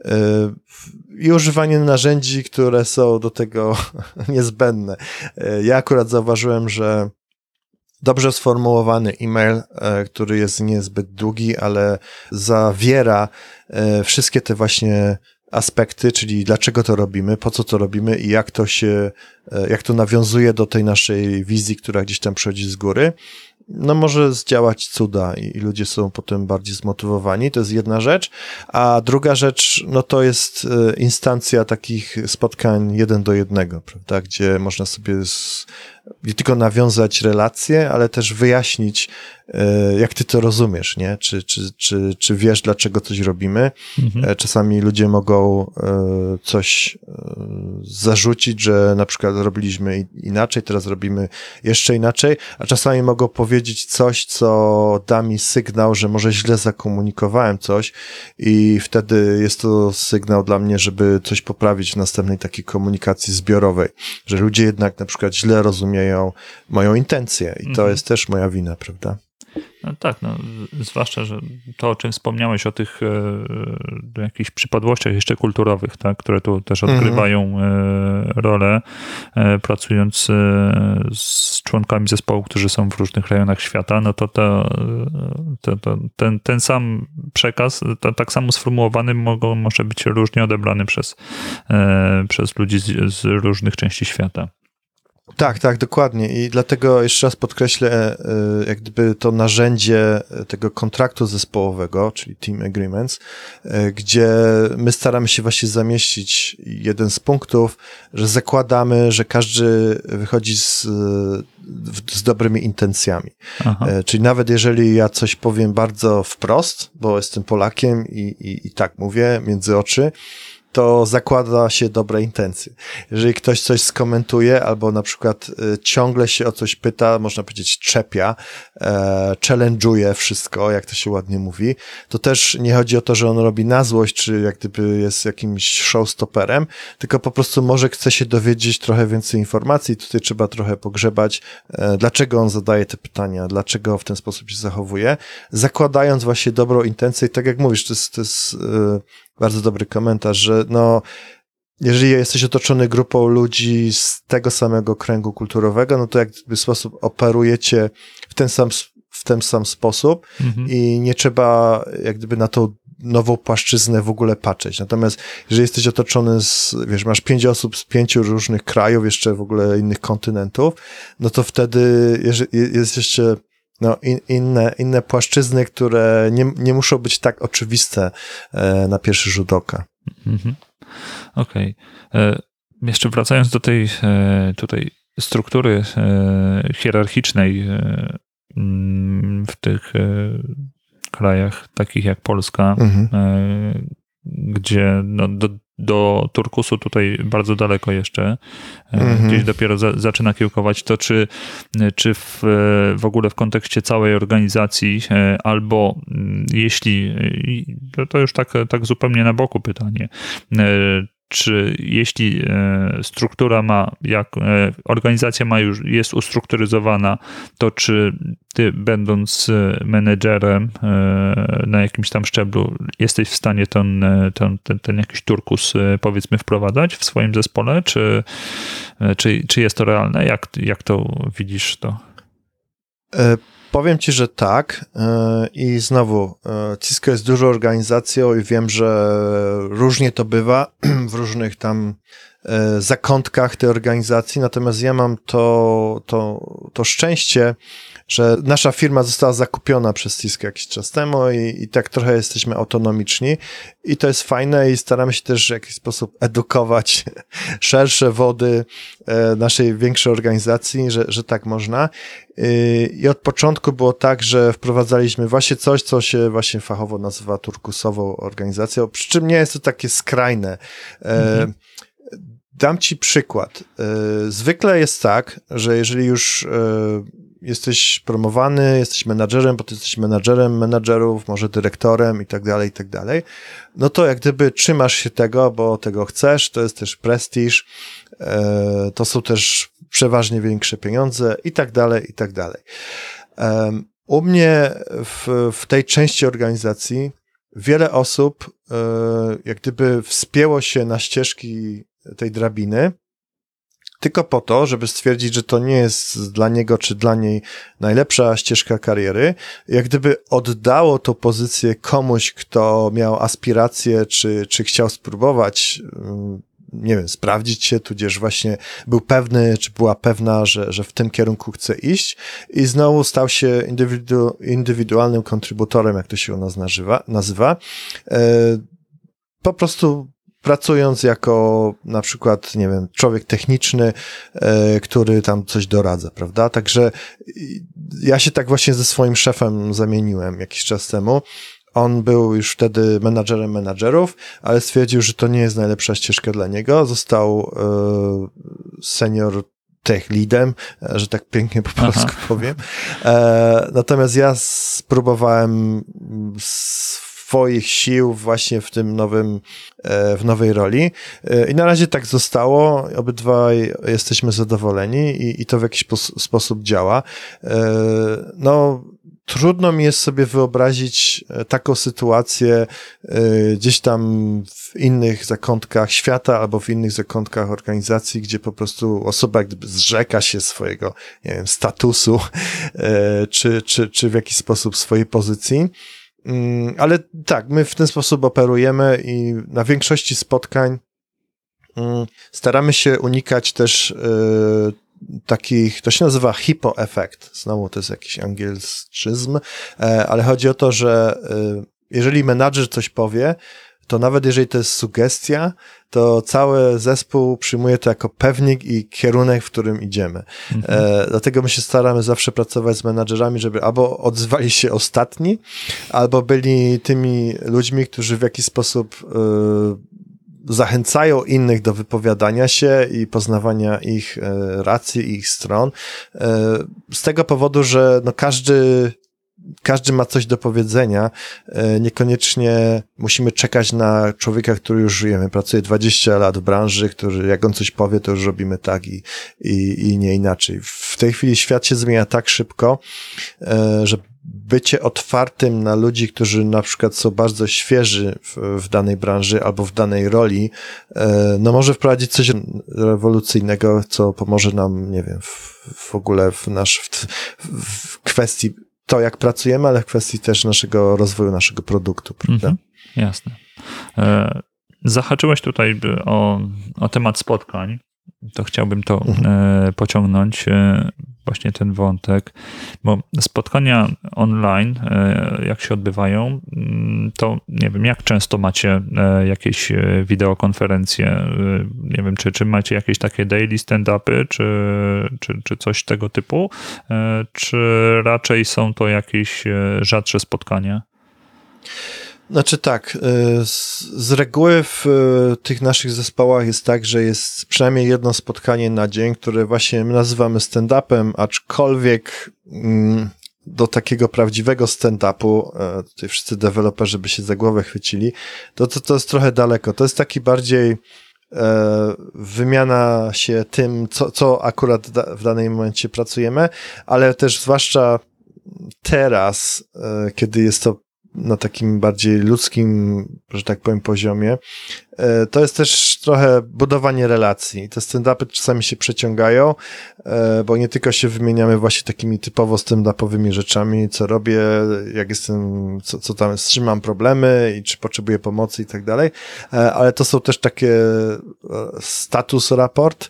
i używanie narzędzi, które są do tego niezbędne. Ja akurat zauważyłem, że dobrze sformułowany e-mail, który jest niezbyt długi, ale zawiera wszystkie te właśnie aspekty, czyli dlaczego to robimy, po co to robimy i jak to się, jak to nawiązuje do tej naszej wizji, która gdzieś tam przychodzi z góry, no może zdziałać cuda i, i ludzie są potem bardziej zmotywowani, to jest jedna rzecz, a druga rzecz, no to jest instancja takich spotkań jeden do jednego, prawda, gdzie można sobie z, nie tylko nawiązać relacje, ale też wyjaśnić, jak ty to rozumiesz, nie? Czy, czy, czy, czy wiesz, dlaczego coś robimy. Mhm. Czasami ludzie mogą coś zarzucić, że na przykład robiliśmy inaczej, teraz robimy jeszcze inaczej, a czasami mogą powiedzieć coś, co da mi sygnał, że może źle zakomunikowałem coś i wtedy jest to sygnał dla mnie, żeby coś poprawić w następnej takiej komunikacji zbiorowej, że ludzie jednak na przykład źle rozumieją moją intencję i to mhm. jest też moja wina, prawda? No tak, no, zwłaszcza, że to, o czym wspomniałeś, o tych e, jakichś przypadłościach jeszcze kulturowych, tak, które tu też odgrywają e, rolę, e, pracując e, z członkami zespołu, którzy są w różnych rejonach świata, no to, to, to, to ten, ten sam przekaz, to, tak samo sformułowany mogą, może być różnie odebrany przez, e, przez ludzi z, z różnych części świata. Tak, tak, dokładnie i dlatego jeszcze raz podkreślę jak gdyby to narzędzie tego kontraktu zespołowego, czyli Team Agreements, gdzie my staramy się właśnie zamieścić jeden z punktów, że zakładamy, że każdy wychodzi z, z dobrymi intencjami. Aha. Czyli nawet jeżeli ja coś powiem bardzo wprost, bo jestem Polakiem i, i, i tak mówię między oczy, to zakłada się dobre intencje. Jeżeli ktoś coś skomentuje albo na przykład y, ciągle się o coś pyta, można powiedzieć czepia, e, challenge'uje wszystko, jak to się ładnie mówi, to też nie chodzi o to, że on robi na złość, czy jak gdyby jest jakimś showstopperem, tylko po prostu może chce się dowiedzieć trochę więcej informacji, tutaj trzeba trochę pogrzebać, e, dlaczego on zadaje te pytania, dlaczego w ten sposób się zachowuje, zakładając właśnie dobrą intencję i tak jak mówisz, to jest, to jest y, bardzo dobry komentarz, że no, jeżeli jesteś otoczony grupą ludzi z tego samego kręgu kulturowego, no to jak gdyby sposób operujecie w ten sam, w ten sam sposób mhm. i nie trzeba jak gdyby na tą nową płaszczyznę w ogóle patrzeć. Natomiast jeżeli jesteś otoczony z, wiesz, masz pięć osób z pięciu różnych krajów, jeszcze w ogóle innych kontynentów, no to wtedy jest jeszcze no, in, inne, inne płaszczyzny, które nie, nie muszą być tak oczywiste e, na pierwszy rzut oka. Mhm. Okej. Okay. Jeszcze wracając do tej e, tutaj struktury e, hierarchicznej e, w tych e, krajach takich jak Polska, mhm. e, gdzie no, do, do turkusu tutaj bardzo daleko jeszcze, mhm. gdzieś dopiero za, zaczyna kiełkować to, czy, czy w, w ogóle w kontekście całej organizacji, albo jeśli, to już tak, tak zupełnie na boku pytanie, czy jeśli struktura ma, jak organizacja ma już, jest ustrukturyzowana, to czy ty, będąc menedżerem na jakimś tam szczeblu, jesteś w stanie ten, ten, ten, ten jakiś turkus, powiedzmy, wprowadzać w swoim zespole, czy, czy, czy jest to realne? Jak, jak to widzisz to? E- Powiem ci, że tak i znowu Cisco jest dużą organizacją i wiem, że różnie to bywa w różnych tam zakątkach tej organizacji, natomiast ja mam to, to, to szczęście, że nasza firma została zakupiona przez Cisco jakiś czas temu i, i tak trochę jesteśmy autonomiczni i to jest fajne i staramy się też w jakiś sposób edukować szersze wody naszej większej organizacji, że, że tak można. I od początku było tak, że wprowadzaliśmy właśnie coś, co się właśnie fachowo nazywa turkusową organizacją, przy czym nie jest to takie skrajne. Mhm. Dam ci przykład. Zwykle jest tak, że jeżeli już jesteś promowany, jesteś menadżerem, bo ty jesteś menadżerem menadżerów, może dyrektorem i tak dalej, i tak dalej, no to jak gdyby trzymasz się tego, bo tego chcesz, to jest też prestiż, to są też przeważnie większe pieniądze i tak dalej, i tak dalej. U mnie w, w tej części organizacji wiele osób jak gdyby wspięło się na ścieżki tej drabiny, tylko po to, żeby stwierdzić, że to nie jest dla niego czy dla niej najlepsza ścieżka kariery, jak gdyby oddało tą pozycję komuś, kto miał aspiracje, czy, czy chciał spróbować, nie wiem, sprawdzić się, tudzież właśnie był pewny, czy była pewna, że, że w tym kierunku chce iść i znowu stał się indywidu, indywidualnym kontrybutorem, jak to się u nas nazywa, nazywa. Po prostu pracując jako na przykład, nie wiem, człowiek techniczny, e, który tam coś doradza, prawda? Także ja się tak właśnie ze swoim szefem zamieniłem jakiś czas temu. On był już wtedy menadżerem menadżerów, ale stwierdził, że to nie jest najlepsza ścieżka dla niego. Został e, senior tech leadem, że tak pięknie po polsku Aha. powiem. E, natomiast ja spróbowałem swoich sił właśnie w tym nowym, w nowej roli. I na razie tak zostało. Obydwaj jesteśmy zadowoleni i, i to w jakiś pos- sposób działa. No, trudno mi jest sobie wyobrazić taką sytuację gdzieś tam w innych zakątkach świata albo w innych zakątkach organizacji, gdzie po prostu osoba jak gdyby zrzeka się swojego, nie wiem, statusu czy, czy, czy w jakiś sposób swojej pozycji. Ale tak, my w ten sposób operujemy i na większości spotkań staramy się unikać też takich, to się nazywa hippo effect, znowu to jest jakiś angielszczyzm, ale chodzi o to, że jeżeli menadżer coś powie, to nawet jeżeli to jest sugestia, to cały zespół przyjmuje to jako pewnik i kierunek, w którym idziemy. Mhm. E, dlatego my się staramy zawsze pracować z menadżerami, żeby albo odzywali się ostatni, albo byli tymi ludźmi, którzy w jakiś sposób e, zachęcają innych do wypowiadania się i poznawania ich e, racji, ich stron. E, z tego powodu, że no każdy Każdy ma coś do powiedzenia, niekoniecznie musimy czekać na człowieka, który już żyjemy, pracuje dwadzieścia lat w branży, który jak on coś powie, to już robimy tak i, i, i nie inaczej. W tej chwili świat się zmienia tak szybko, że bycie otwartym na ludzi, którzy na przykład są bardzo świeży w, w danej branży albo w danej roli, no może wprowadzić coś rewolucyjnego, co pomoże nam, nie wiem, w, w ogóle w nasz, w, w kwestii to, jak pracujemy, ale w kwestii też naszego rozwoju, naszego produktu, prawda? Mhm, jasne. E, zahaczyłeś tutaj o, o temat spotkań, to chciałbym to mhm. e, pociągnąć, e, właśnie ten wątek, bo spotkania online, e, jak się odbywają, to nie wiem, jak często macie e, jakieś wideokonferencje, e, nie wiem, czy, czy macie jakieś takie daily stand-upy, czy, czy, czy coś tego typu, e, czy raczej są to jakieś rzadsze spotkania? Znaczy tak, z, z reguły w tych naszych zespołach jest tak, że jest przynajmniej jedno spotkanie na dzień, które właśnie my nazywamy stand-upem, aczkolwiek do takiego prawdziwego stand-upu, tutaj wszyscy deweloperzy by się za głowę chwycili, to, to, to jest trochę daleko. To jest taki bardziej e, wymiana się tym, co, co akurat da, w danym momencie pracujemy, ale też zwłaszcza teraz, e, kiedy jest to na takim bardziej ludzkim, że tak powiem, poziomie, to jest też trochę budowanie relacji. Te stand-upy czasami się przeciągają, bo nie tylko się wymieniamy właśnie takimi typowo stand-upowymi rzeczami, co robię, jak jestem, co, co tam, z czym mam problemy i czy potrzebuję pomocy i tak dalej, ale to są też takie status raport,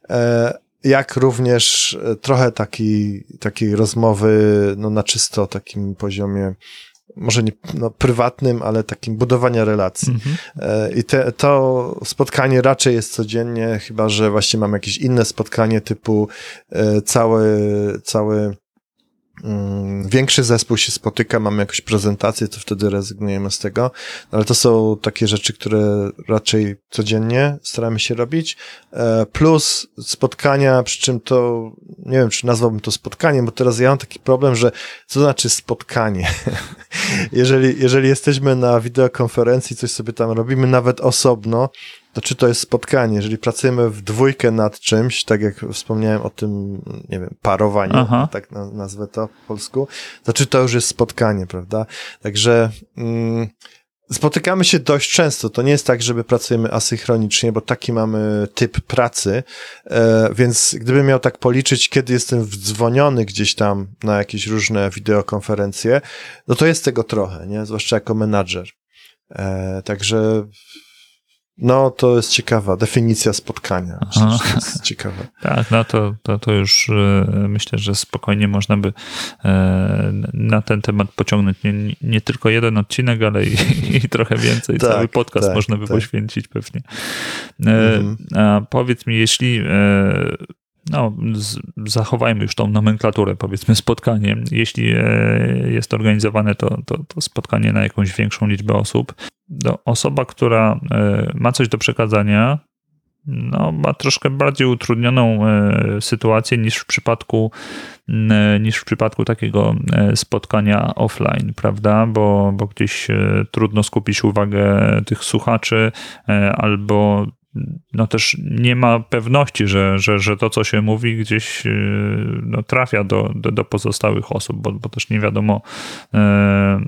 jak również trochę taki, takiej rozmowy, no na czysto takim poziomie, może nie no, prywatnym, ale takim budowania relacji. Mm-hmm. I te, to spotkanie raczej jest codziennie, chyba że właśnie mam jakieś inne spotkanie typu cały, cały um, większy zespół się spotyka, mamy jakąś prezentację, to wtedy rezygnujemy z tego, ale to są takie rzeczy, które raczej codziennie staramy się robić, plus spotkania, przy czym to, nie wiem, czy nazwałbym to spotkaniem, bo teraz ja mam taki problem, że co znaczy spotkanie? Jeżeli, jeżeli jesteśmy na wideokonferencji, coś sobie tam robimy, nawet osobno, to czy to jest spotkanie? Jeżeli pracujemy w dwójkę nad czymś, tak jak wspomniałem o tym, nie wiem, parowaniu, Aha. tak nazwę to po polsku, to czy to już jest spotkanie, prawda? Także mm, spotykamy się dość często. To nie jest tak, żeby pracujemy asynchronicznie, bo taki mamy typ pracy, e, więc gdybym miał tak policzyć, kiedy jestem wdzwoniony gdzieś tam na jakieś różne wideokonferencje, no to jest tego trochę, nie? Zwłaszcza jako menadżer. E, także no, to jest ciekawa definicja spotkania. Myślę, że to jest ciekawe. Tak, no to, to, to już e, myślę, że spokojnie można by e, na ten temat pociągnąć nie, nie tylko jeden odcinek, ale i, i trochę więcej. Tak, cały podcast tak, można by tak. poświęcić pewnie. E, mhm. A powiedz mi, jeśli e, no, z, zachowajmy już tą nomenklaturę, powiedzmy spotkanie. Jeśli e, jest organizowane to, to, to spotkanie na jakąś większą liczbę osób, no, osoba, która e, ma coś do przekazania, no, ma troszkę bardziej utrudnioną e, sytuację niż w przypadku e, niż w przypadku takiego e, spotkania offline, prawda? Bo, bo gdzieś e, trudno skupić uwagę tych słuchaczy e, albo no też nie ma pewności, że, że, że to, co się mówi, gdzieś no, trafia do, do, do pozostałych osób, bo, bo też nie wiadomo, e,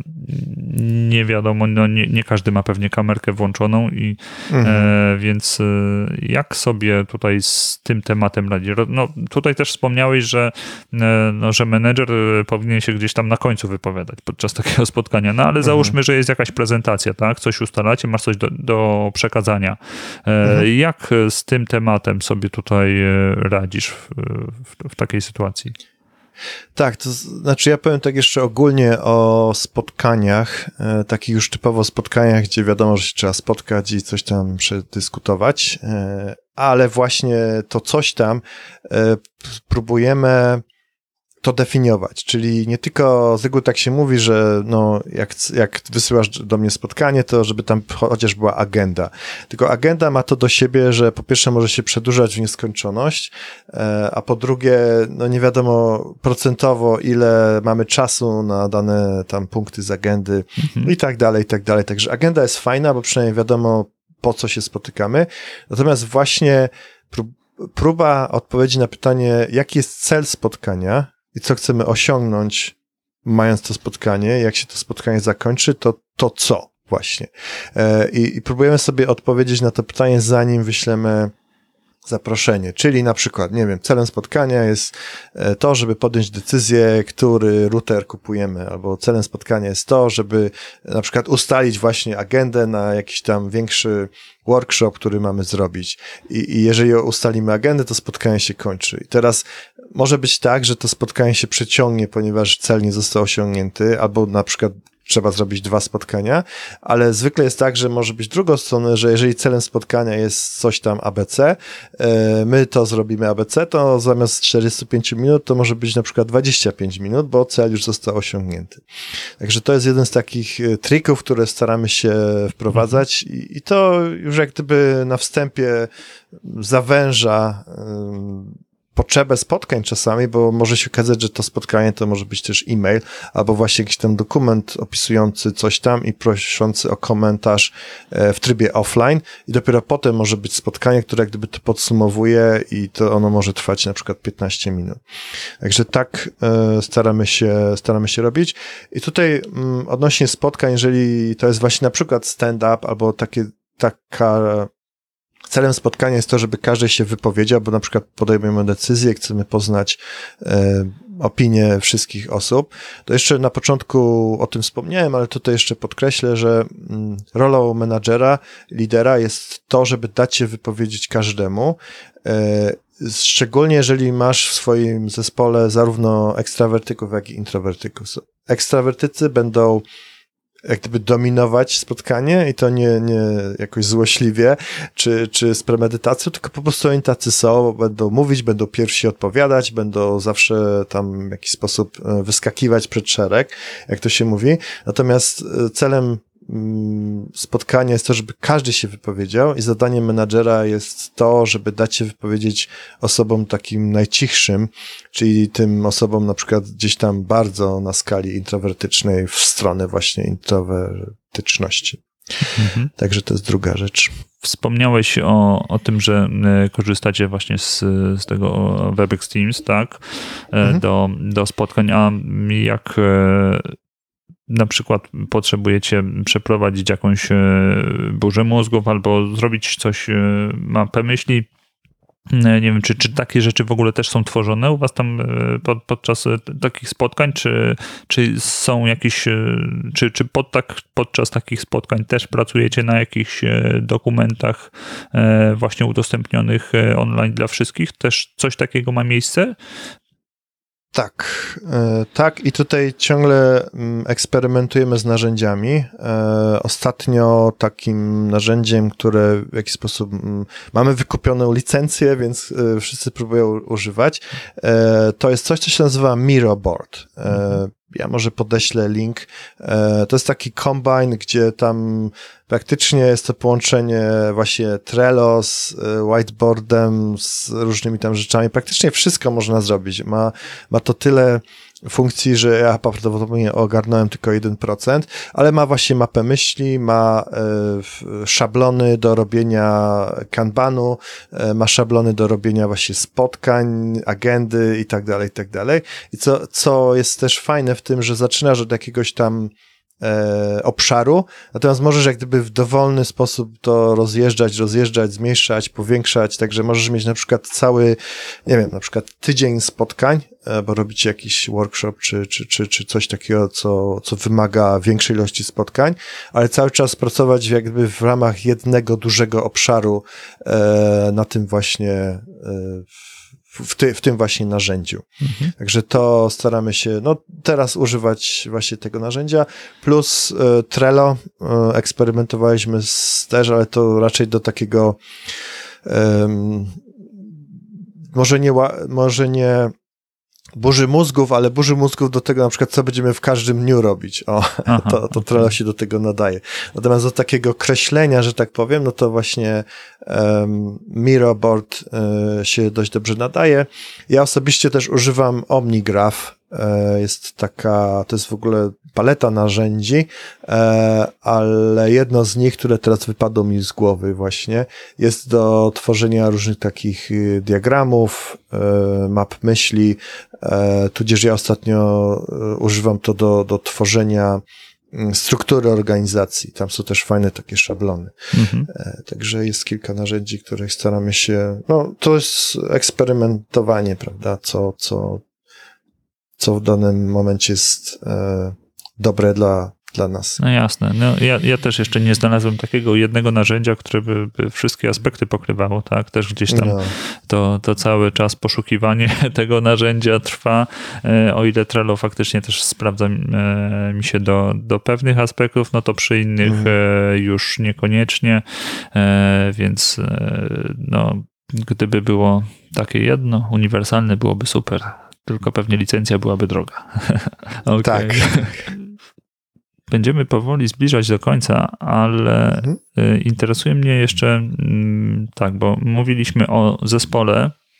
nie wiadomo, no nie, nie każdy ma pewnie kamerkę włączoną i mhm. e, więc e, jak sobie tutaj z tym tematem radzi? No tutaj też wspomniałeś, że, e, no, że menedżer powinien się gdzieś tam na końcu wypowiadać podczas takiego spotkania, no ale mhm. załóżmy, że jest jakaś prezentacja, tak? Coś ustalacie, masz coś do, do przekazania. E, Jak z tym tematem sobie tutaj radzisz w, w, w takiej sytuacji? Tak, to znaczy ja powiem tak jeszcze ogólnie o spotkaniach, e, takich już typowo spotkaniach, gdzie wiadomo, że się trzeba spotkać i coś tam przedyskutować, e, ale właśnie to coś tam e, próbujemy to definiować, czyli nie tylko z reguły tak się mówi, że no jak, jak wysyłasz do mnie spotkanie, to żeby tam chociaż była agenda. Tylko agenda ma to do siebie, że po pierwsze może się przedłużać w nieskończoność, a po drugie, no nie wiadomo procentowo ile mamy czasu na dane tam punkty z agendy mhm. i tak dalej, i tak dalej. Także agenda jest fajna, bo przynajmniej wiadomo po co się spotykamy. Natomiast właśnie próba odpowiedzi na pytanie, jaki jest cel spotkania, i co chcemy osiągnąć, mając to spotkanie, jak się to spotkanie zakończy, to to co właśnie. I, i próbujemy sobie odpowiedzieć na to pytanie, zanim wyślemy zaproszenie. Czyli na przykład, nie wiem, celem spotkania jest to, żeby podjąć decyzję, który router kupujemy, albo celem spotkania jest to, żeby na przykład ustalić właśnie agendę na jakiś tam większy workshop, który mamy zrobić. I, i jeżeli ustalimy agendę, to spotkanie się kończy. I teraz może być tak, że to spotkanie się przeciągnie, ponieważ cel nie został osiągnięty, albo na przykład trzeba zrobić dwa spotkania, ale zwykle jest tak, że może być drugą stronę, że jeżeli celem spotkania jest coś tam A B C, my to zrobimy A B C, to zamiast czterdzieści pięć minut to może być na przykład dwadzieścia pięć minut, bo cel już został osiągnięty. Także to jest jeden z takich trików, które staramy się wprowadzać i, i to już jak gdyby na wstępie zawęża potrzebę spotkań czasami, bo może się okazać, że to spotkanie to może być też e-mail, albo właśnie jakiś tam dokument opisujący coś tam i proszący o komentarz w trybie offline i dopiero potem może być spotkanie, które jak gdyby to podsumowuje i to ono może trwać na przykład piętnaście minut. Także tak staramy się, staramy się robić. I tutaj odnośnie spotkań, jeżeli to jest właśnie na przykład stand-up albo takie, taka celem spotkania jest to, żeby każdy się wypowiedział, bo na przykład podejmujemy decyzję, chcemy poznać e, opinię wszystkich osób. To jeszcze na początku o tym wspomniałem, ale tutaj jeszcze podkreślę, że mm, rolą menadżera, lidera jest to, żeby dać się wypowiedzieć każdemu. E, szczególnie jeżeli masz w swoim zespole zarówno ekstrawertyków, jak i introwertyków. Ekstrawertycy będą jak gdyby dominować spotkanie i to nie, nie jakoś złośliwie, czy, czy z premedytacją, tylko po prostu oni tacy są, będą mówić, będą pierwsi odpowiadać, będą zawsze tam w jakiś sposób wyskakiwać przed szereg, jak to się mówi. Natomiast celem spotkania jest to, żeby każdy się wypowiedział i zadaniem menadżera jest to, żeby dać się wypowiedzieć osobom takim najcichszym, czyli tym osobom na przykład gdzieś tam bardzo na skali introwertycznej w stronę właśnie introwertyczności. Mhm. Także to jest druga rzecz. Wspomniałeś o, o tym, że korzystacie właśnie z, z tego WebEx Teams, tak? Mhm. Do, do spotkań, a jak na przykład potrzebujecie przeprowadzić jakąś burzę mózgów albo zrobić coś, mapę myśli. Nie wiem, czy, czy takie rzeczy w ogóle też są tworzone u was tam pod, podczas takich spotkań, czy, czy są jakieś, czy, czy pod tak, podczas takich spotkań też pracujecie na jakichś dokumentach właśnie udostępnionych online dla wszystkich? Też coś takiego ma miejsce? Tak, tak i tutaj ciągle eksperymentujemy z narzędziami. Ostatnio takim narzędziem, które w jakiś sposób mamy wykupioną licencję, więc wszyscy próbują używać, to jest coś, co się nazywa Miro Board. Ja może podeślę link. To jest taki combine, gdzie tam praktycznie jest to połączenie właśnie Trello z whiteboardem, z różnymi tam rzeczami. Praktycznie wszystko można zrobić. Ma, ma to tyle funkcji, że ja prawdopodobnie ogarnąłem tylko jeden procent, ale ma właśnie mapę myśli, ma e, szablony do robienia kanbanu, e, ma szablony do robienia właśnie spotkań, agendy i tak dalej, i tak dalej. I co, co jest też fajne w tym, że zaczynasz od jakiegoś tam e, obszaru, natomiast możesz jak gdyby w dowolny sposób to rozjeżdżać, rozjeżdżać, zmniejszać, powiększać, także możesz mieć na przykład cały, nie wiem, na przykład tydzień spotkań, bo robicie jakiś workshop, czy, czy, czy, czy coś takiego, co, co wymaga większej ilości spotkań, ale cały czas pracować jakby w ramach jednego dużego obszaru e, na tym właśnie e, w, ty, w tym właśnie narzędziu. Mhm. Także to staramy się, no teraz używać właśnie tego narzędzia, plus e, Trello, e, eksperymentowaliśmy z, też, ale to raczej do takiego e, może nie, może nie burzy mózgów, ale burzy mózgów do tego na przykład, co będziemy w każdym dniu robić. O, Aha, to, to Trello się do tego nadaje. Natomiast do takiego kreślenia, że tak powiem, no to właśnie um, Miro Board um, się dość dobrze nadaje. Ja osobiście też używam OmniGraph. Um, jest taka, to jest w ogóle paleta narzędzi, um, ale jedno z nich, które teraz wypadło mi z głowy właśnie, jest do tworzenia różnych takich diagramów, um, map myśli, um, tudzież ja ostatnio um, używam to do, do tworzenia struktury organizacji. Tam są też fajne takie szablony. Mhm. Także jest kilka narzędzi, których staramy się, no to jest eksperymentowanie, prawda, co, co, co w danym momencie jest e, dobre dla, dla nas. No jasne. No, ja, ja też jeszcze nie znalazłem takiego jednego narzędzia, które by, by wszystkie aspekty pokrywało, tak? Też gdzieś tam no. to, to cały czas poszukiwanie tego narzędzia trwa, o ile Trello faktycznie też sprawdza mi się do, do pewnych aspektów, no to przy innych mm. już niekoniecznie, więc no, gdyby było takie jedno, uniwersalne, byłoby super. Tylko pewnie licencja byłaby droga. Okay. Tak. Będziemy powoli zbliżać do końca, ale mhm. interesuje mnie jeszcze tak, bo mówiliśmy o zespole,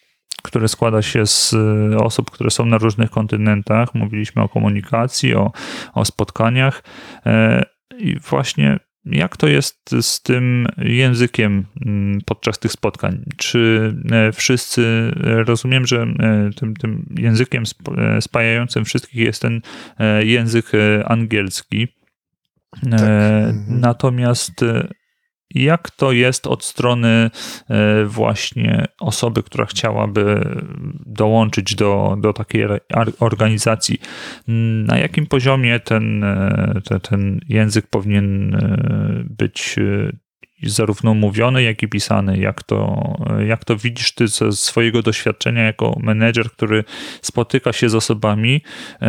które składa się z osób, które są na różnych kontynentach. Mówiliśmy o komunikacji, o, o spotkaniach i właśnie jak to jest z tym językiem podczas tych spotkań? Czy wszyscy, rozumiem, że tym, tym językiem spajającym wszystkich jest ten język angielski. Tak. Natomiast jak to jest od strony właśnie osoby, która chciałaby dołączyć do, do takiej organizacji? Na jakim poziomie ten, ten, ten język powinien być zarówno mówiony, jak i pisany? Jak to, jak to widzisz ty ze swojego doświadczenia jako menedżer, który spotyka się z osobami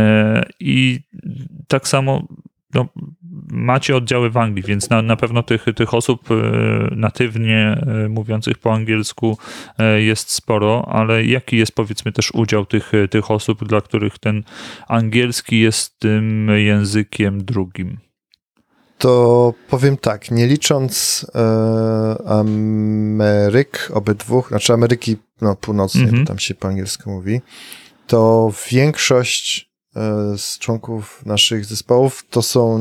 i tak samo no, macie oddziały w Anglii, więc na, na pewno tych, tych osób natywnie mówiących po angielsku jest sporo, ale jaki jest powiedzmy też udział tych, tych osób, dla których ten angielski jest tym językiem drugim? To powiem tak, nie licząc e, Ameryk obydwu, znaczy Ameryki no, Północnej, mm-hmm. bo tam się po angielsku mówi, to większość z członków naszych zespołów to są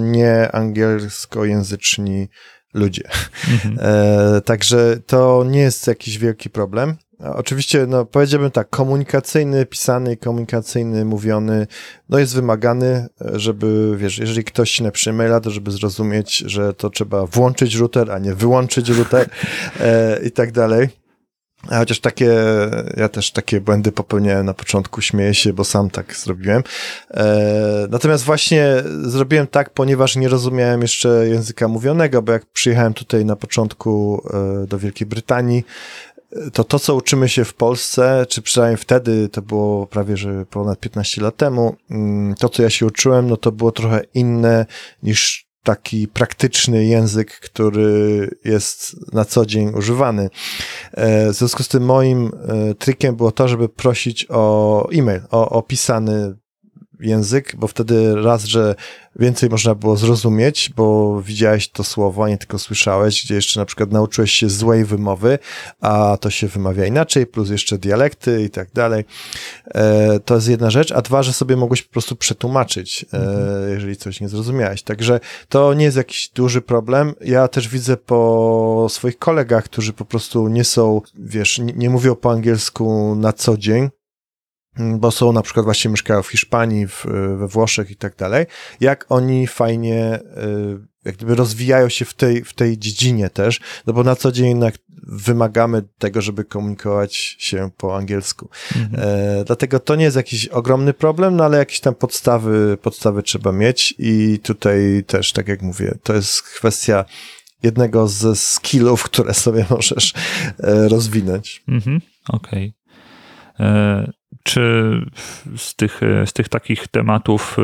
nieangielskojęzyczni ludzie. Mhm. E, także to nie jest jakiś wielki problem. Oczywiście, no powiedziałbym tak, komunikacyjny, pisany i komunikacyjny, mówiony, no jest wymagany, żeby, wiesz, jeżeli ktoś ci napisze maila, to żeby zrozumieć, że to trzeba włączyć router, a nie wyłączyć router e, i tak dalej. A chociaż takie, ja też takie błędy popełniałem na początku, śmieję się, bo sam tak zrobiłem. E, natomiast właśnie zrobiłem tak, ponieważ nie rozumiałem jeszcze języka mówionego, bo jak przyjechałem tutaj na początku e, do Wielkiej Brytanii, to to, co uczymy się w Polsce, czy przynajmniej wtedy, to było prawie, że ponad piętnaście lat temu, to, co ja się uczyłem, no to było trochę inne niż taki praktyczny język, który jest na co dzień używany. W związku z tym moim trikiem było to, żeby prosić o e-mail, o, o pisany język, bo wtedy raz, że więcej można było zrozumieć, bo widziałeś to słowo, a nie tylko słyszałeś, gdzie jeszcze na przykład nauczyłeś się złej wymowy, a to się wymawia inaczej, plus jeszcze dialekty i tak dalej. To jest jedna rzecz, a dwa, że sobie mogłeś po prostu przetłumaczyć, jeżeli coś nie zrozumiałeś. Także to nie jest jakiś duży problem. Ja też widzę po swoich kolegach, którzy po prostu nie są, wiesz, nie, nie mówią po angielsku na co dzień, bo są na przykład właśnie mieszkają w Hiszpanii, w, we Włoszech i tak dalej, jak oni fajnie jak gdyby rozwijają się w tej, w tej dziedzinie też, no bo na co dzień jednak wymagamy tego, żeby komunikować się po angielsku. Mhm. E, dlatego to nie jest jakiś ogromny problem, no ale jakieś tam podstawy, podstawy trzeba mieć i tutaj też, tak jak mówię, to jest kwestia jednego ze skillów, które sobie możesz e, rozwinąć. Mhm. Okej. Okay. Czy z tych, z tych takich tematów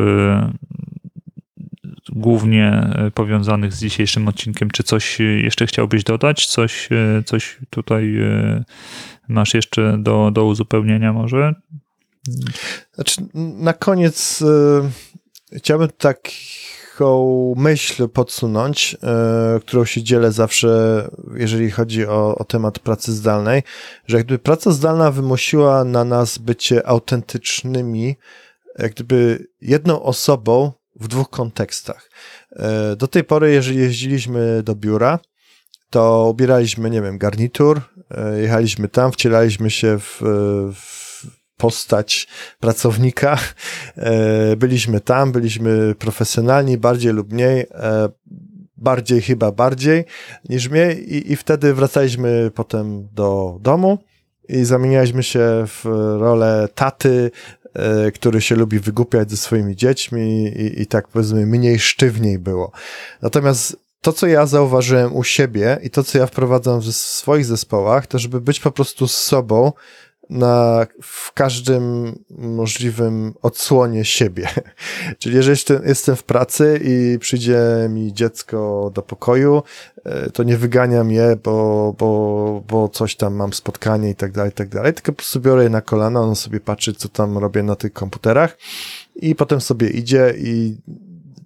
głównie powiązanych z dzisiejszym odcinkiem, czy coś jeszcze chciałbyś dodać? Coś, coś tutaj masz jeszcze do, do uzupełnienia może? Znaczy, na koniec y, chciałbym taką myśl podsunąć, y, którą się dzielę zawsze, jeżeli chodzi o, o temat pracy zdalnej, że jak gdyby praca zdalna wymusiła na nas bycie autentycznymi, jak gdyby jedną osobą w dwóch kontekstach. Y, do tej pory, jeżeli jeździliśmy do biura, to ubieraliśmy, nie wiem, garnitur, y, jechaliśmy tam, wcielaliśmy się w, w postać pracownika, byliśmy tam, byliśmy profesjonalni, bardziej lub mniej, bardziej chyba bardziej niż mniej i, i wtedy wracaliśmy potem do domu i zamienialiśmy się w rolę taty, który się lubi wygłupiać ze swoimi dziećmi i, i tak powiedzmy mniej sztywniej było. Natomiast to, co ja zauważyłem u siebie i to, co ja wprowadzam w swoich zespołach, to żeby być po prostu z sobą, na, w każdym możliwym odsłonie siebie. Czyli jeżeli jestem, jestem w pracy i przyjdzie mi dziecko do pokoju, to nie wyganiam je, bo, bo, bo coś tam mam spotkanie i tak dalej, i tak dalej, tylko po prostu biorę je na kolana, on sobie patrzy, co tam robię na tych komputerach i potem sobie idzie i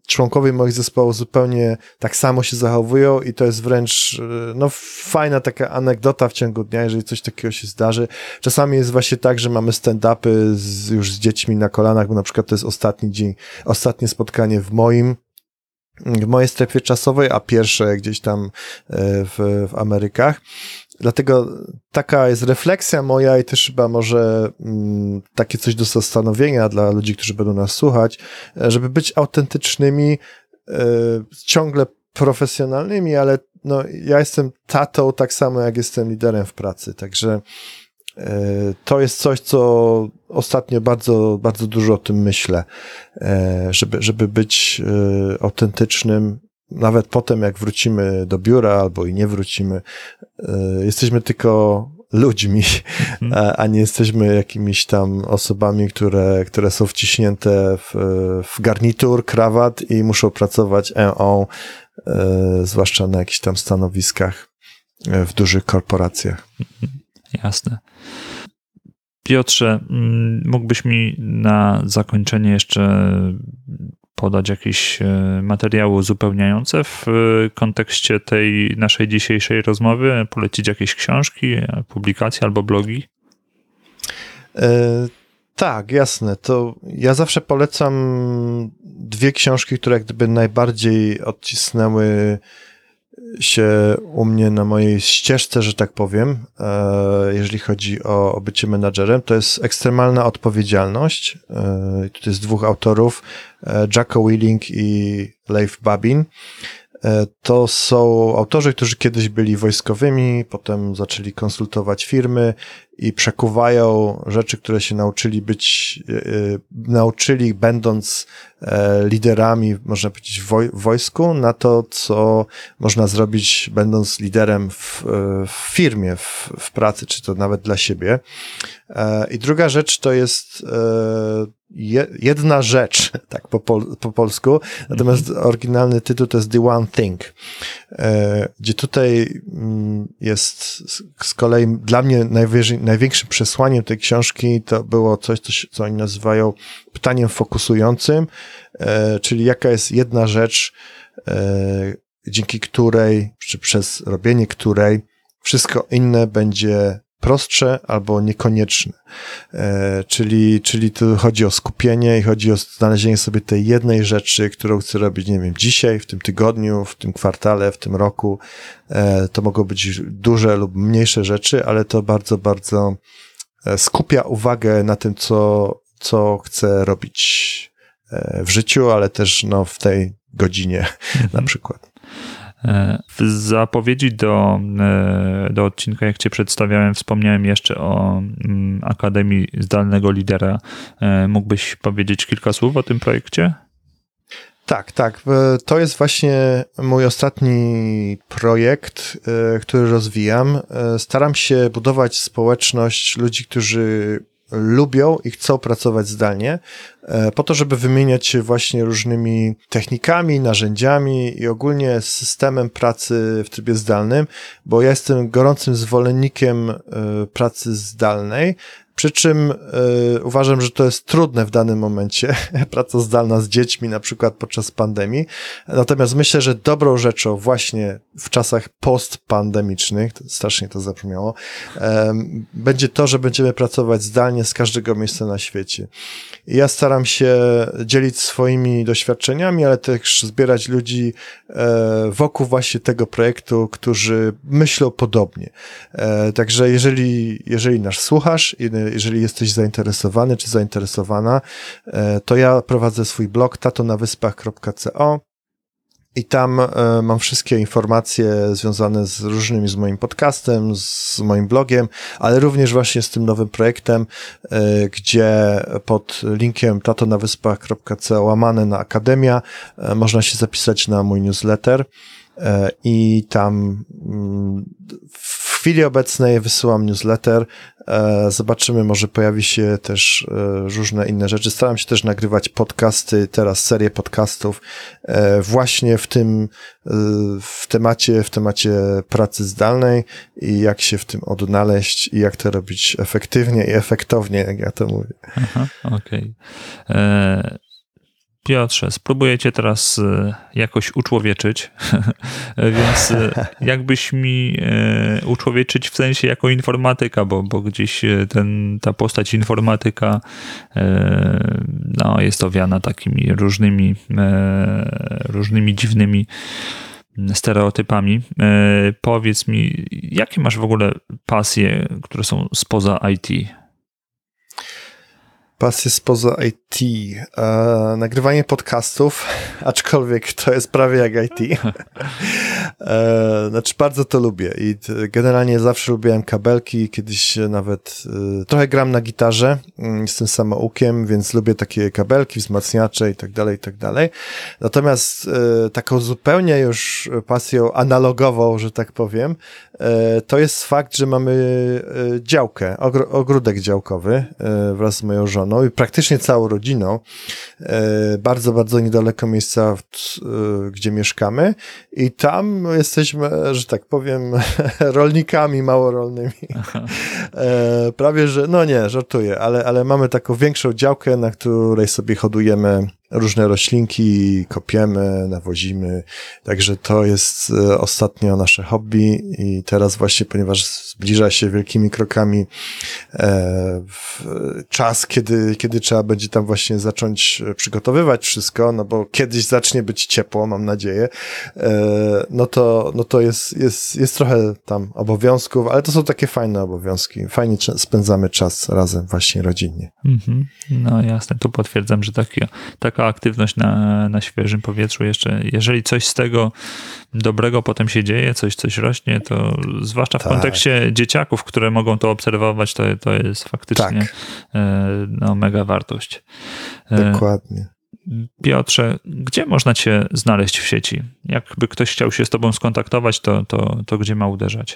członkowie moich zespołów zupełnie tak samo się zachowują i to jest wręcz no, fajna taka anegdota w ciągu dnia, jeżeli coś takiego się zdarzy. Czasami jest właśnie tak, że mamy stand-upy z, już z dziećmi na kolanach, bo na przykład to jest ostatni dzień, ostatnie spotkanie w moim w mojej strefie czasowej, a pierwsze gdzieś tam w, w Amerykach. Dlatego taka jest refleksja moja i też chyba może mm, takie coś do zastanowienia dla ludzi, którzy będą nas słuchać, żeby być autentycznymi, y, ciągle profesjonalnymi, ale no, ja jestem tatą tak samo, jak jestem liderem w pracy, także y, to jest coś, co ostatnio bardzo, bardzo dużo o tym myślę, y, żeby, żeby być y, autentycznym. Nawet potem, jak wrócimy do biura albo i nie wrócimy, jesteśmy tylko ludźmi, a, a nie jesteśmy jakimiś tam osobami, które, które są wciśnięte w, w garnitur, krawat i muszą pracować E O, zwłaszcza na jakichś tam stanowiskach w dużych korporacjach. Jasne. Piotrze, mógłbyś mi na zakończenie jeszcze podać jakieś materiały uzupełniające w kontekście tej naszej dzisiejszej rozmowy? Polecić jakieś książki, publikacje albo blogi? E, tak, jasne. To ja zawsze polecam dwie książki, które jak gdyby najbardziej odcisnęły się u mnie na mojej ścieżce, że tak powiem, jeżeli chodzi o, o bycie menadżerem. To jest Ekstremalna Odpowiedzialność. To jest dwóch autorów, Jocko Willink i Leif Babin. To są autorzy, którzy kiedyś byli wojskowymi, potem zaczęli konsultować firmy i przekuwają rzeczy, które się nauczyli być, yy, nauczyli będąc e, liderami, można powiedzieć, w woj- wojsku, na to, co można zrobić będąc liderem w, w firmie, w, w pracy, czy to nawet dla siebie. E, I druga rzecz to jest e, jedna rzecz, tak po, pol, po polsku, natomiast mm-hmm. oryginalny tytuł to jest The One Thing, e, gdzie tutaj m, jest z, z kolei dla mnie najwyżej, największym przesłaniem tej książki to było coś, co, co oni nazywają pytaniem fokusującym, e, czyli jaka jest jedna rzecz, e, dzięki której, czy przez robienie której wszystko inne będzie prostsze albo niekonieczne. E, czyli, czyli tu chodzi o skupienie i chodzi o znalezienie sobie tej jednej rzeczy, którą chcę robić, nie wiem, dzisiaj, w tym tygodniu, w tym kwartale, w tym roku. E, to mogą być duże lub mniejsze rzeczy, ale to bardzo, bardzo skupia uwagę na tym, co, co chcę robić w życiu, ale też no, w tej godzinie mhm. na przykład. W zapowiedzi do, do odcinka, jak cię przedstawiałem, wspomniałem jeszcze o Akademii Zdalnego Lidera. Mógłbyś powiedzieć kilka słów o tym projekcie? Tak, tak. To jest właśnie mój ostatni projekt, który rozwijam. Staram się budować społeczność ludzi, którzy lubią i chcą pracować zdalnie, po to, żeby wymieniać się właśnie różnymi technikami, narzędziami i ogólnie systemem pracy w trybie zdalnym, bo ja jestem gorącym zwolennikiem pracy zdalnej, przy czym y, uważam, że to jest trudne w danym momencie, praca zdalna z dziećmi, na przykład podczas pandemii. Natomiast myślę, że dobrą rzeczą właśnie w czasach postpandemicznych, to strasznie to zabrzmiało, y, będzie to, że będziemy pracować zdalnie z każdego miejsca na świecie. I ja staram się dzielić swoimi doświadczeniami, ale też zbierać ludzi y, wokół właśnie tego projektu, którzy myślą podobnie. Y, także jeżeli, jeżeli nas słuchasz, jeżeli jesteś zainteresowany czy zainteresowana, to ja prowadzę swój blog tato na wyspach kropka co i tam mam wszystkie informacje związane z różnymi, z moim podcastem, z moim blogiem, ale również właśnie z tym nowym projektem, gdzie pod linkiem tato na wyspach kropka co łamane na Akademia można się zapisać na mój newsletter. I tam w chwili obecnej wysyłam newsletter. Zobaczymy, może pojawi się też różne inne rzeczy. Staram się też nagrywać podcasty, teraz serię podcastów właśnie w tym, w temacie, w temacie pracy zdalnej i jak się w tym odnaleźć i jak to robić efektywnie i efektownie, jak ja to mówię. Aha, okej. Okay. Piotrze, spróbuję cię teraz jakoś uczłowieczyć, więc jakbyś mi uczłowieczyć w sensie jako informatyka, bo, bo gdzieś ten, ta postać informatyka no, jest owiana takimi różnymi, różnymi dziwnymi stereotypami. Powiedz mi, jakie masz w ogóle pasje, które są spoza I T? Pasje spoza I T. E, nagrywanie podcastów, aczkolwiek to jest prawie jak I T. E, znaczy bardzo to lubię i generalnie zawsze lubiłem kabelki, kiedyś nawet e, trochę gram na gitarze, jestem samoukiem, więc lubię takie kabelki, wzmacniacze i tak dalej, i tak dalej. Natomiast e, taką zupełnie już pasją analogową, że tak powiem, e, to jest fakt, że mamy e, działkę, ogr- ogródek działkowy e, wraz z moją żoną i praktycznie całą rodziną, e, bardzo, bardzo niedaleko miejsca, w, e, gdzie mieszkamy i tam jesteśmy, że tak powiem, rolnikami małorolnymi. E, prawie, że, no nie, żartuję, ale, ale mamy taką większą działkę, na której sobie hodujemy różne roślinki, kopiemy, nawozimy, także to jest e, ostatnio nasze hobby i teraz właśnie, ponieważ zbliża się wielkimi krokami e, w czas, kiedy, kiedy trzeba będzie tam właśnie zacząć przygotowywać wszystko, no bo kiedyś zacznie być ciepło, mam nadzieję, e, no to, no to jest, jest, jest trochę tam obowiązków, ale to są takie fajne obowiązki, fajnie spędzamy czas razem właśnie rodzinnie. Mm-hmm. No jasne, tu potwierdzam, że taki, taka aktywność na, na świeżym powietrzu jeszcze, jeżeli coś z tego dobrego potem się dzieje, coś, coś rośnie, to zwłaszcza w tak. kontekście dzieciaków, które mogą to obserwować, to, to jest faktycznie tak. no, mega wartość. Dokładnie. Piotrze, gdzie można cię znaleźć w sieci? Jakby ktoś chciał się z tobą skontaktować, to, to, to gdzie ma uderzać?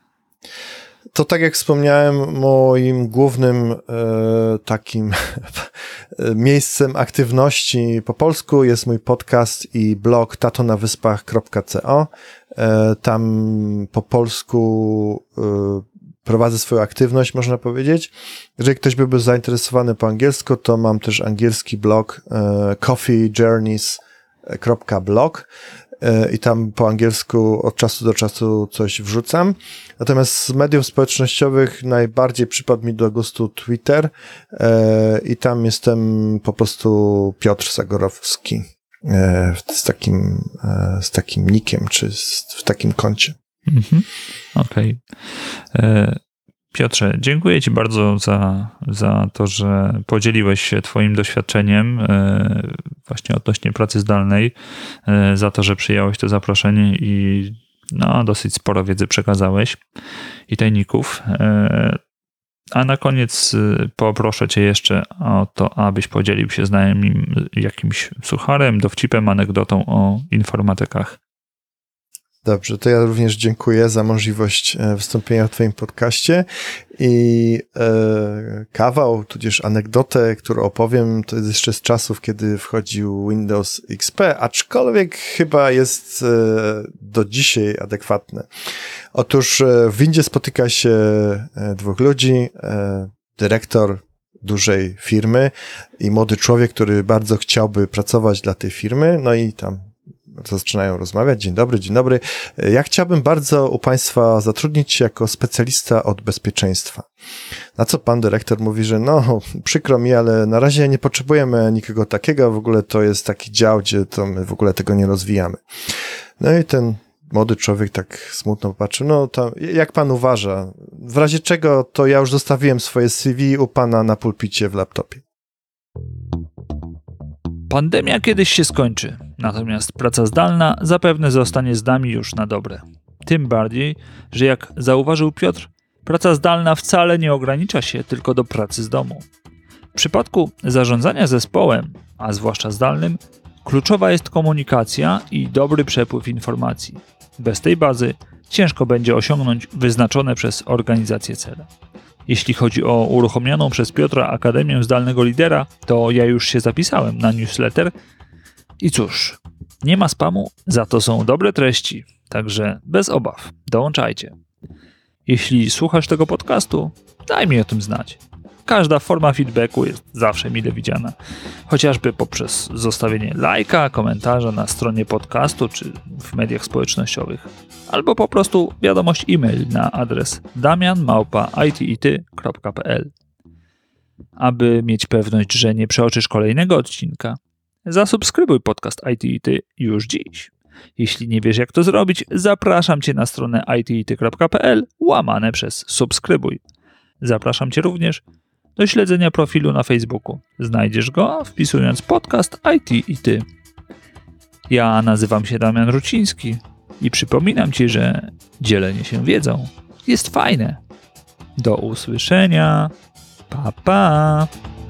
To tak jak wspomniałem, moim głównym e, takim miejscem aktywności po polsku jest mój podcast i blog tato na wyspach kropka co. E, tam po polsku e, prowadzę swoją aktywność, można powiedzieć. Jeżeli ktoś by był zainteresowany po angielsku, to mam też angielski blog e, coffee journeys kropka blog. I tam po angielsku od czasu do czasu coś wrzucam. Natomiast z mediów społecznościowych najbardziej przypadł mi do gustu Twitter i tam jestem po prostu Piotr Zagorowski z takim, z takim nickiem, czy w takim koncie. Mhm. Okej. Okay. Piotrze, dziękuję ci bardzo za, za to, że podzieliłeś się twoim doświadczeniem właśnie odnośnie pracy zdalnej, za to, że przyjąłeś to zaproszenie i no, dosyć sporo wiedzy przekazałeś i tajników. A na koniec poproszę cię jeszcze o to, abyś podzielił się z nami jakimś sucharem, dowcipem, anegdotą o informatykach. Dobrze, to ja również dziękuję za możliwość wystąpienia w twoim podcaście i e, kawał, tudzież anegdotę, którą opowiem, to jest jeszcze z czasów, kiedy wchodził Windows X P, aczkolwiek chyba jest e, do dzisiaj adekwatne. Otóż e, w Windzie spotyka się e, dwóch ludzi, e, dyrektor dużej firmy i młody człowiek, który bardzo chciałby pracować dla tej firmy, no i tam zaczynają rozmawiać. Dzień dobry, dzień dobry. Ja chciałbym bardzo u państwa zatrudnić się jako specjalista od bezpieczeństwa. Na co pan dyrektor mówi, że no, przykro mi, ale na razie nie potrzebujemy nikogo takiego, w ogóle to jest taki dział, gdzie to my w ogóle tego nie rozwijamy. No i ten młody człowiek tak smutno popatrzył, no to jak pan uważa? W razie czego to ja już zostawiłem swoje C V u pana na pulpicie w laptopie. Pandemia kiedyś się skończy, natomiast praca zdalna zapewne zostanie z nami już na dobre. Tym bardziej, że jak zauważył Piotr, praca zdalna wcale nie ogranicza się tylko do pracy z domu. W przypadku zarządzania zespołem, a zwłaszcza zdalnym, kluczowa jest komunikacja i dobry przepływ informacji. Bez tej bazy ciężko będzie osiągnąć wyznaczone przez organizację cele. Jeśli chodzi o uruchomioną przez Piotra Akademię Zdalnego Lidera, to ja już się zapisałem na newsletter i cóż, nie ma spamu, za to są dobre treści, także bez obaw, dołączajcie. Jeśli słuchasz tego podcastu, daj mi o tym znać. każda forma feedbacku jest zawsze mile widziana. Chociażby poprzez zostawienie lajka, komentarza na stronie podcastu czy w mediach społecznościowych. Albo po prostu wiadomość e-mail na adres damian małpa i t i ty kropka p l. Aby mieć pewność, że nie przeoczysz kolejnego odcinka, zasubskrybuj podcast I T I Ty już dziś. Jeśli nie wiesz, jak to zrobić, zapraszam Cię na stronę i t i ty kropka p l łamane przez subskrybuj. Zapraszam Cię również do śledzenia profilu na Facebooku. Znajdziesz go wpisując podcast I T I Ty. Ja nazywam się Damian Ruciński i przypominam Ci, że dzielenie się wiedzą jest fajne. Do usłyszenia. Pa, pa.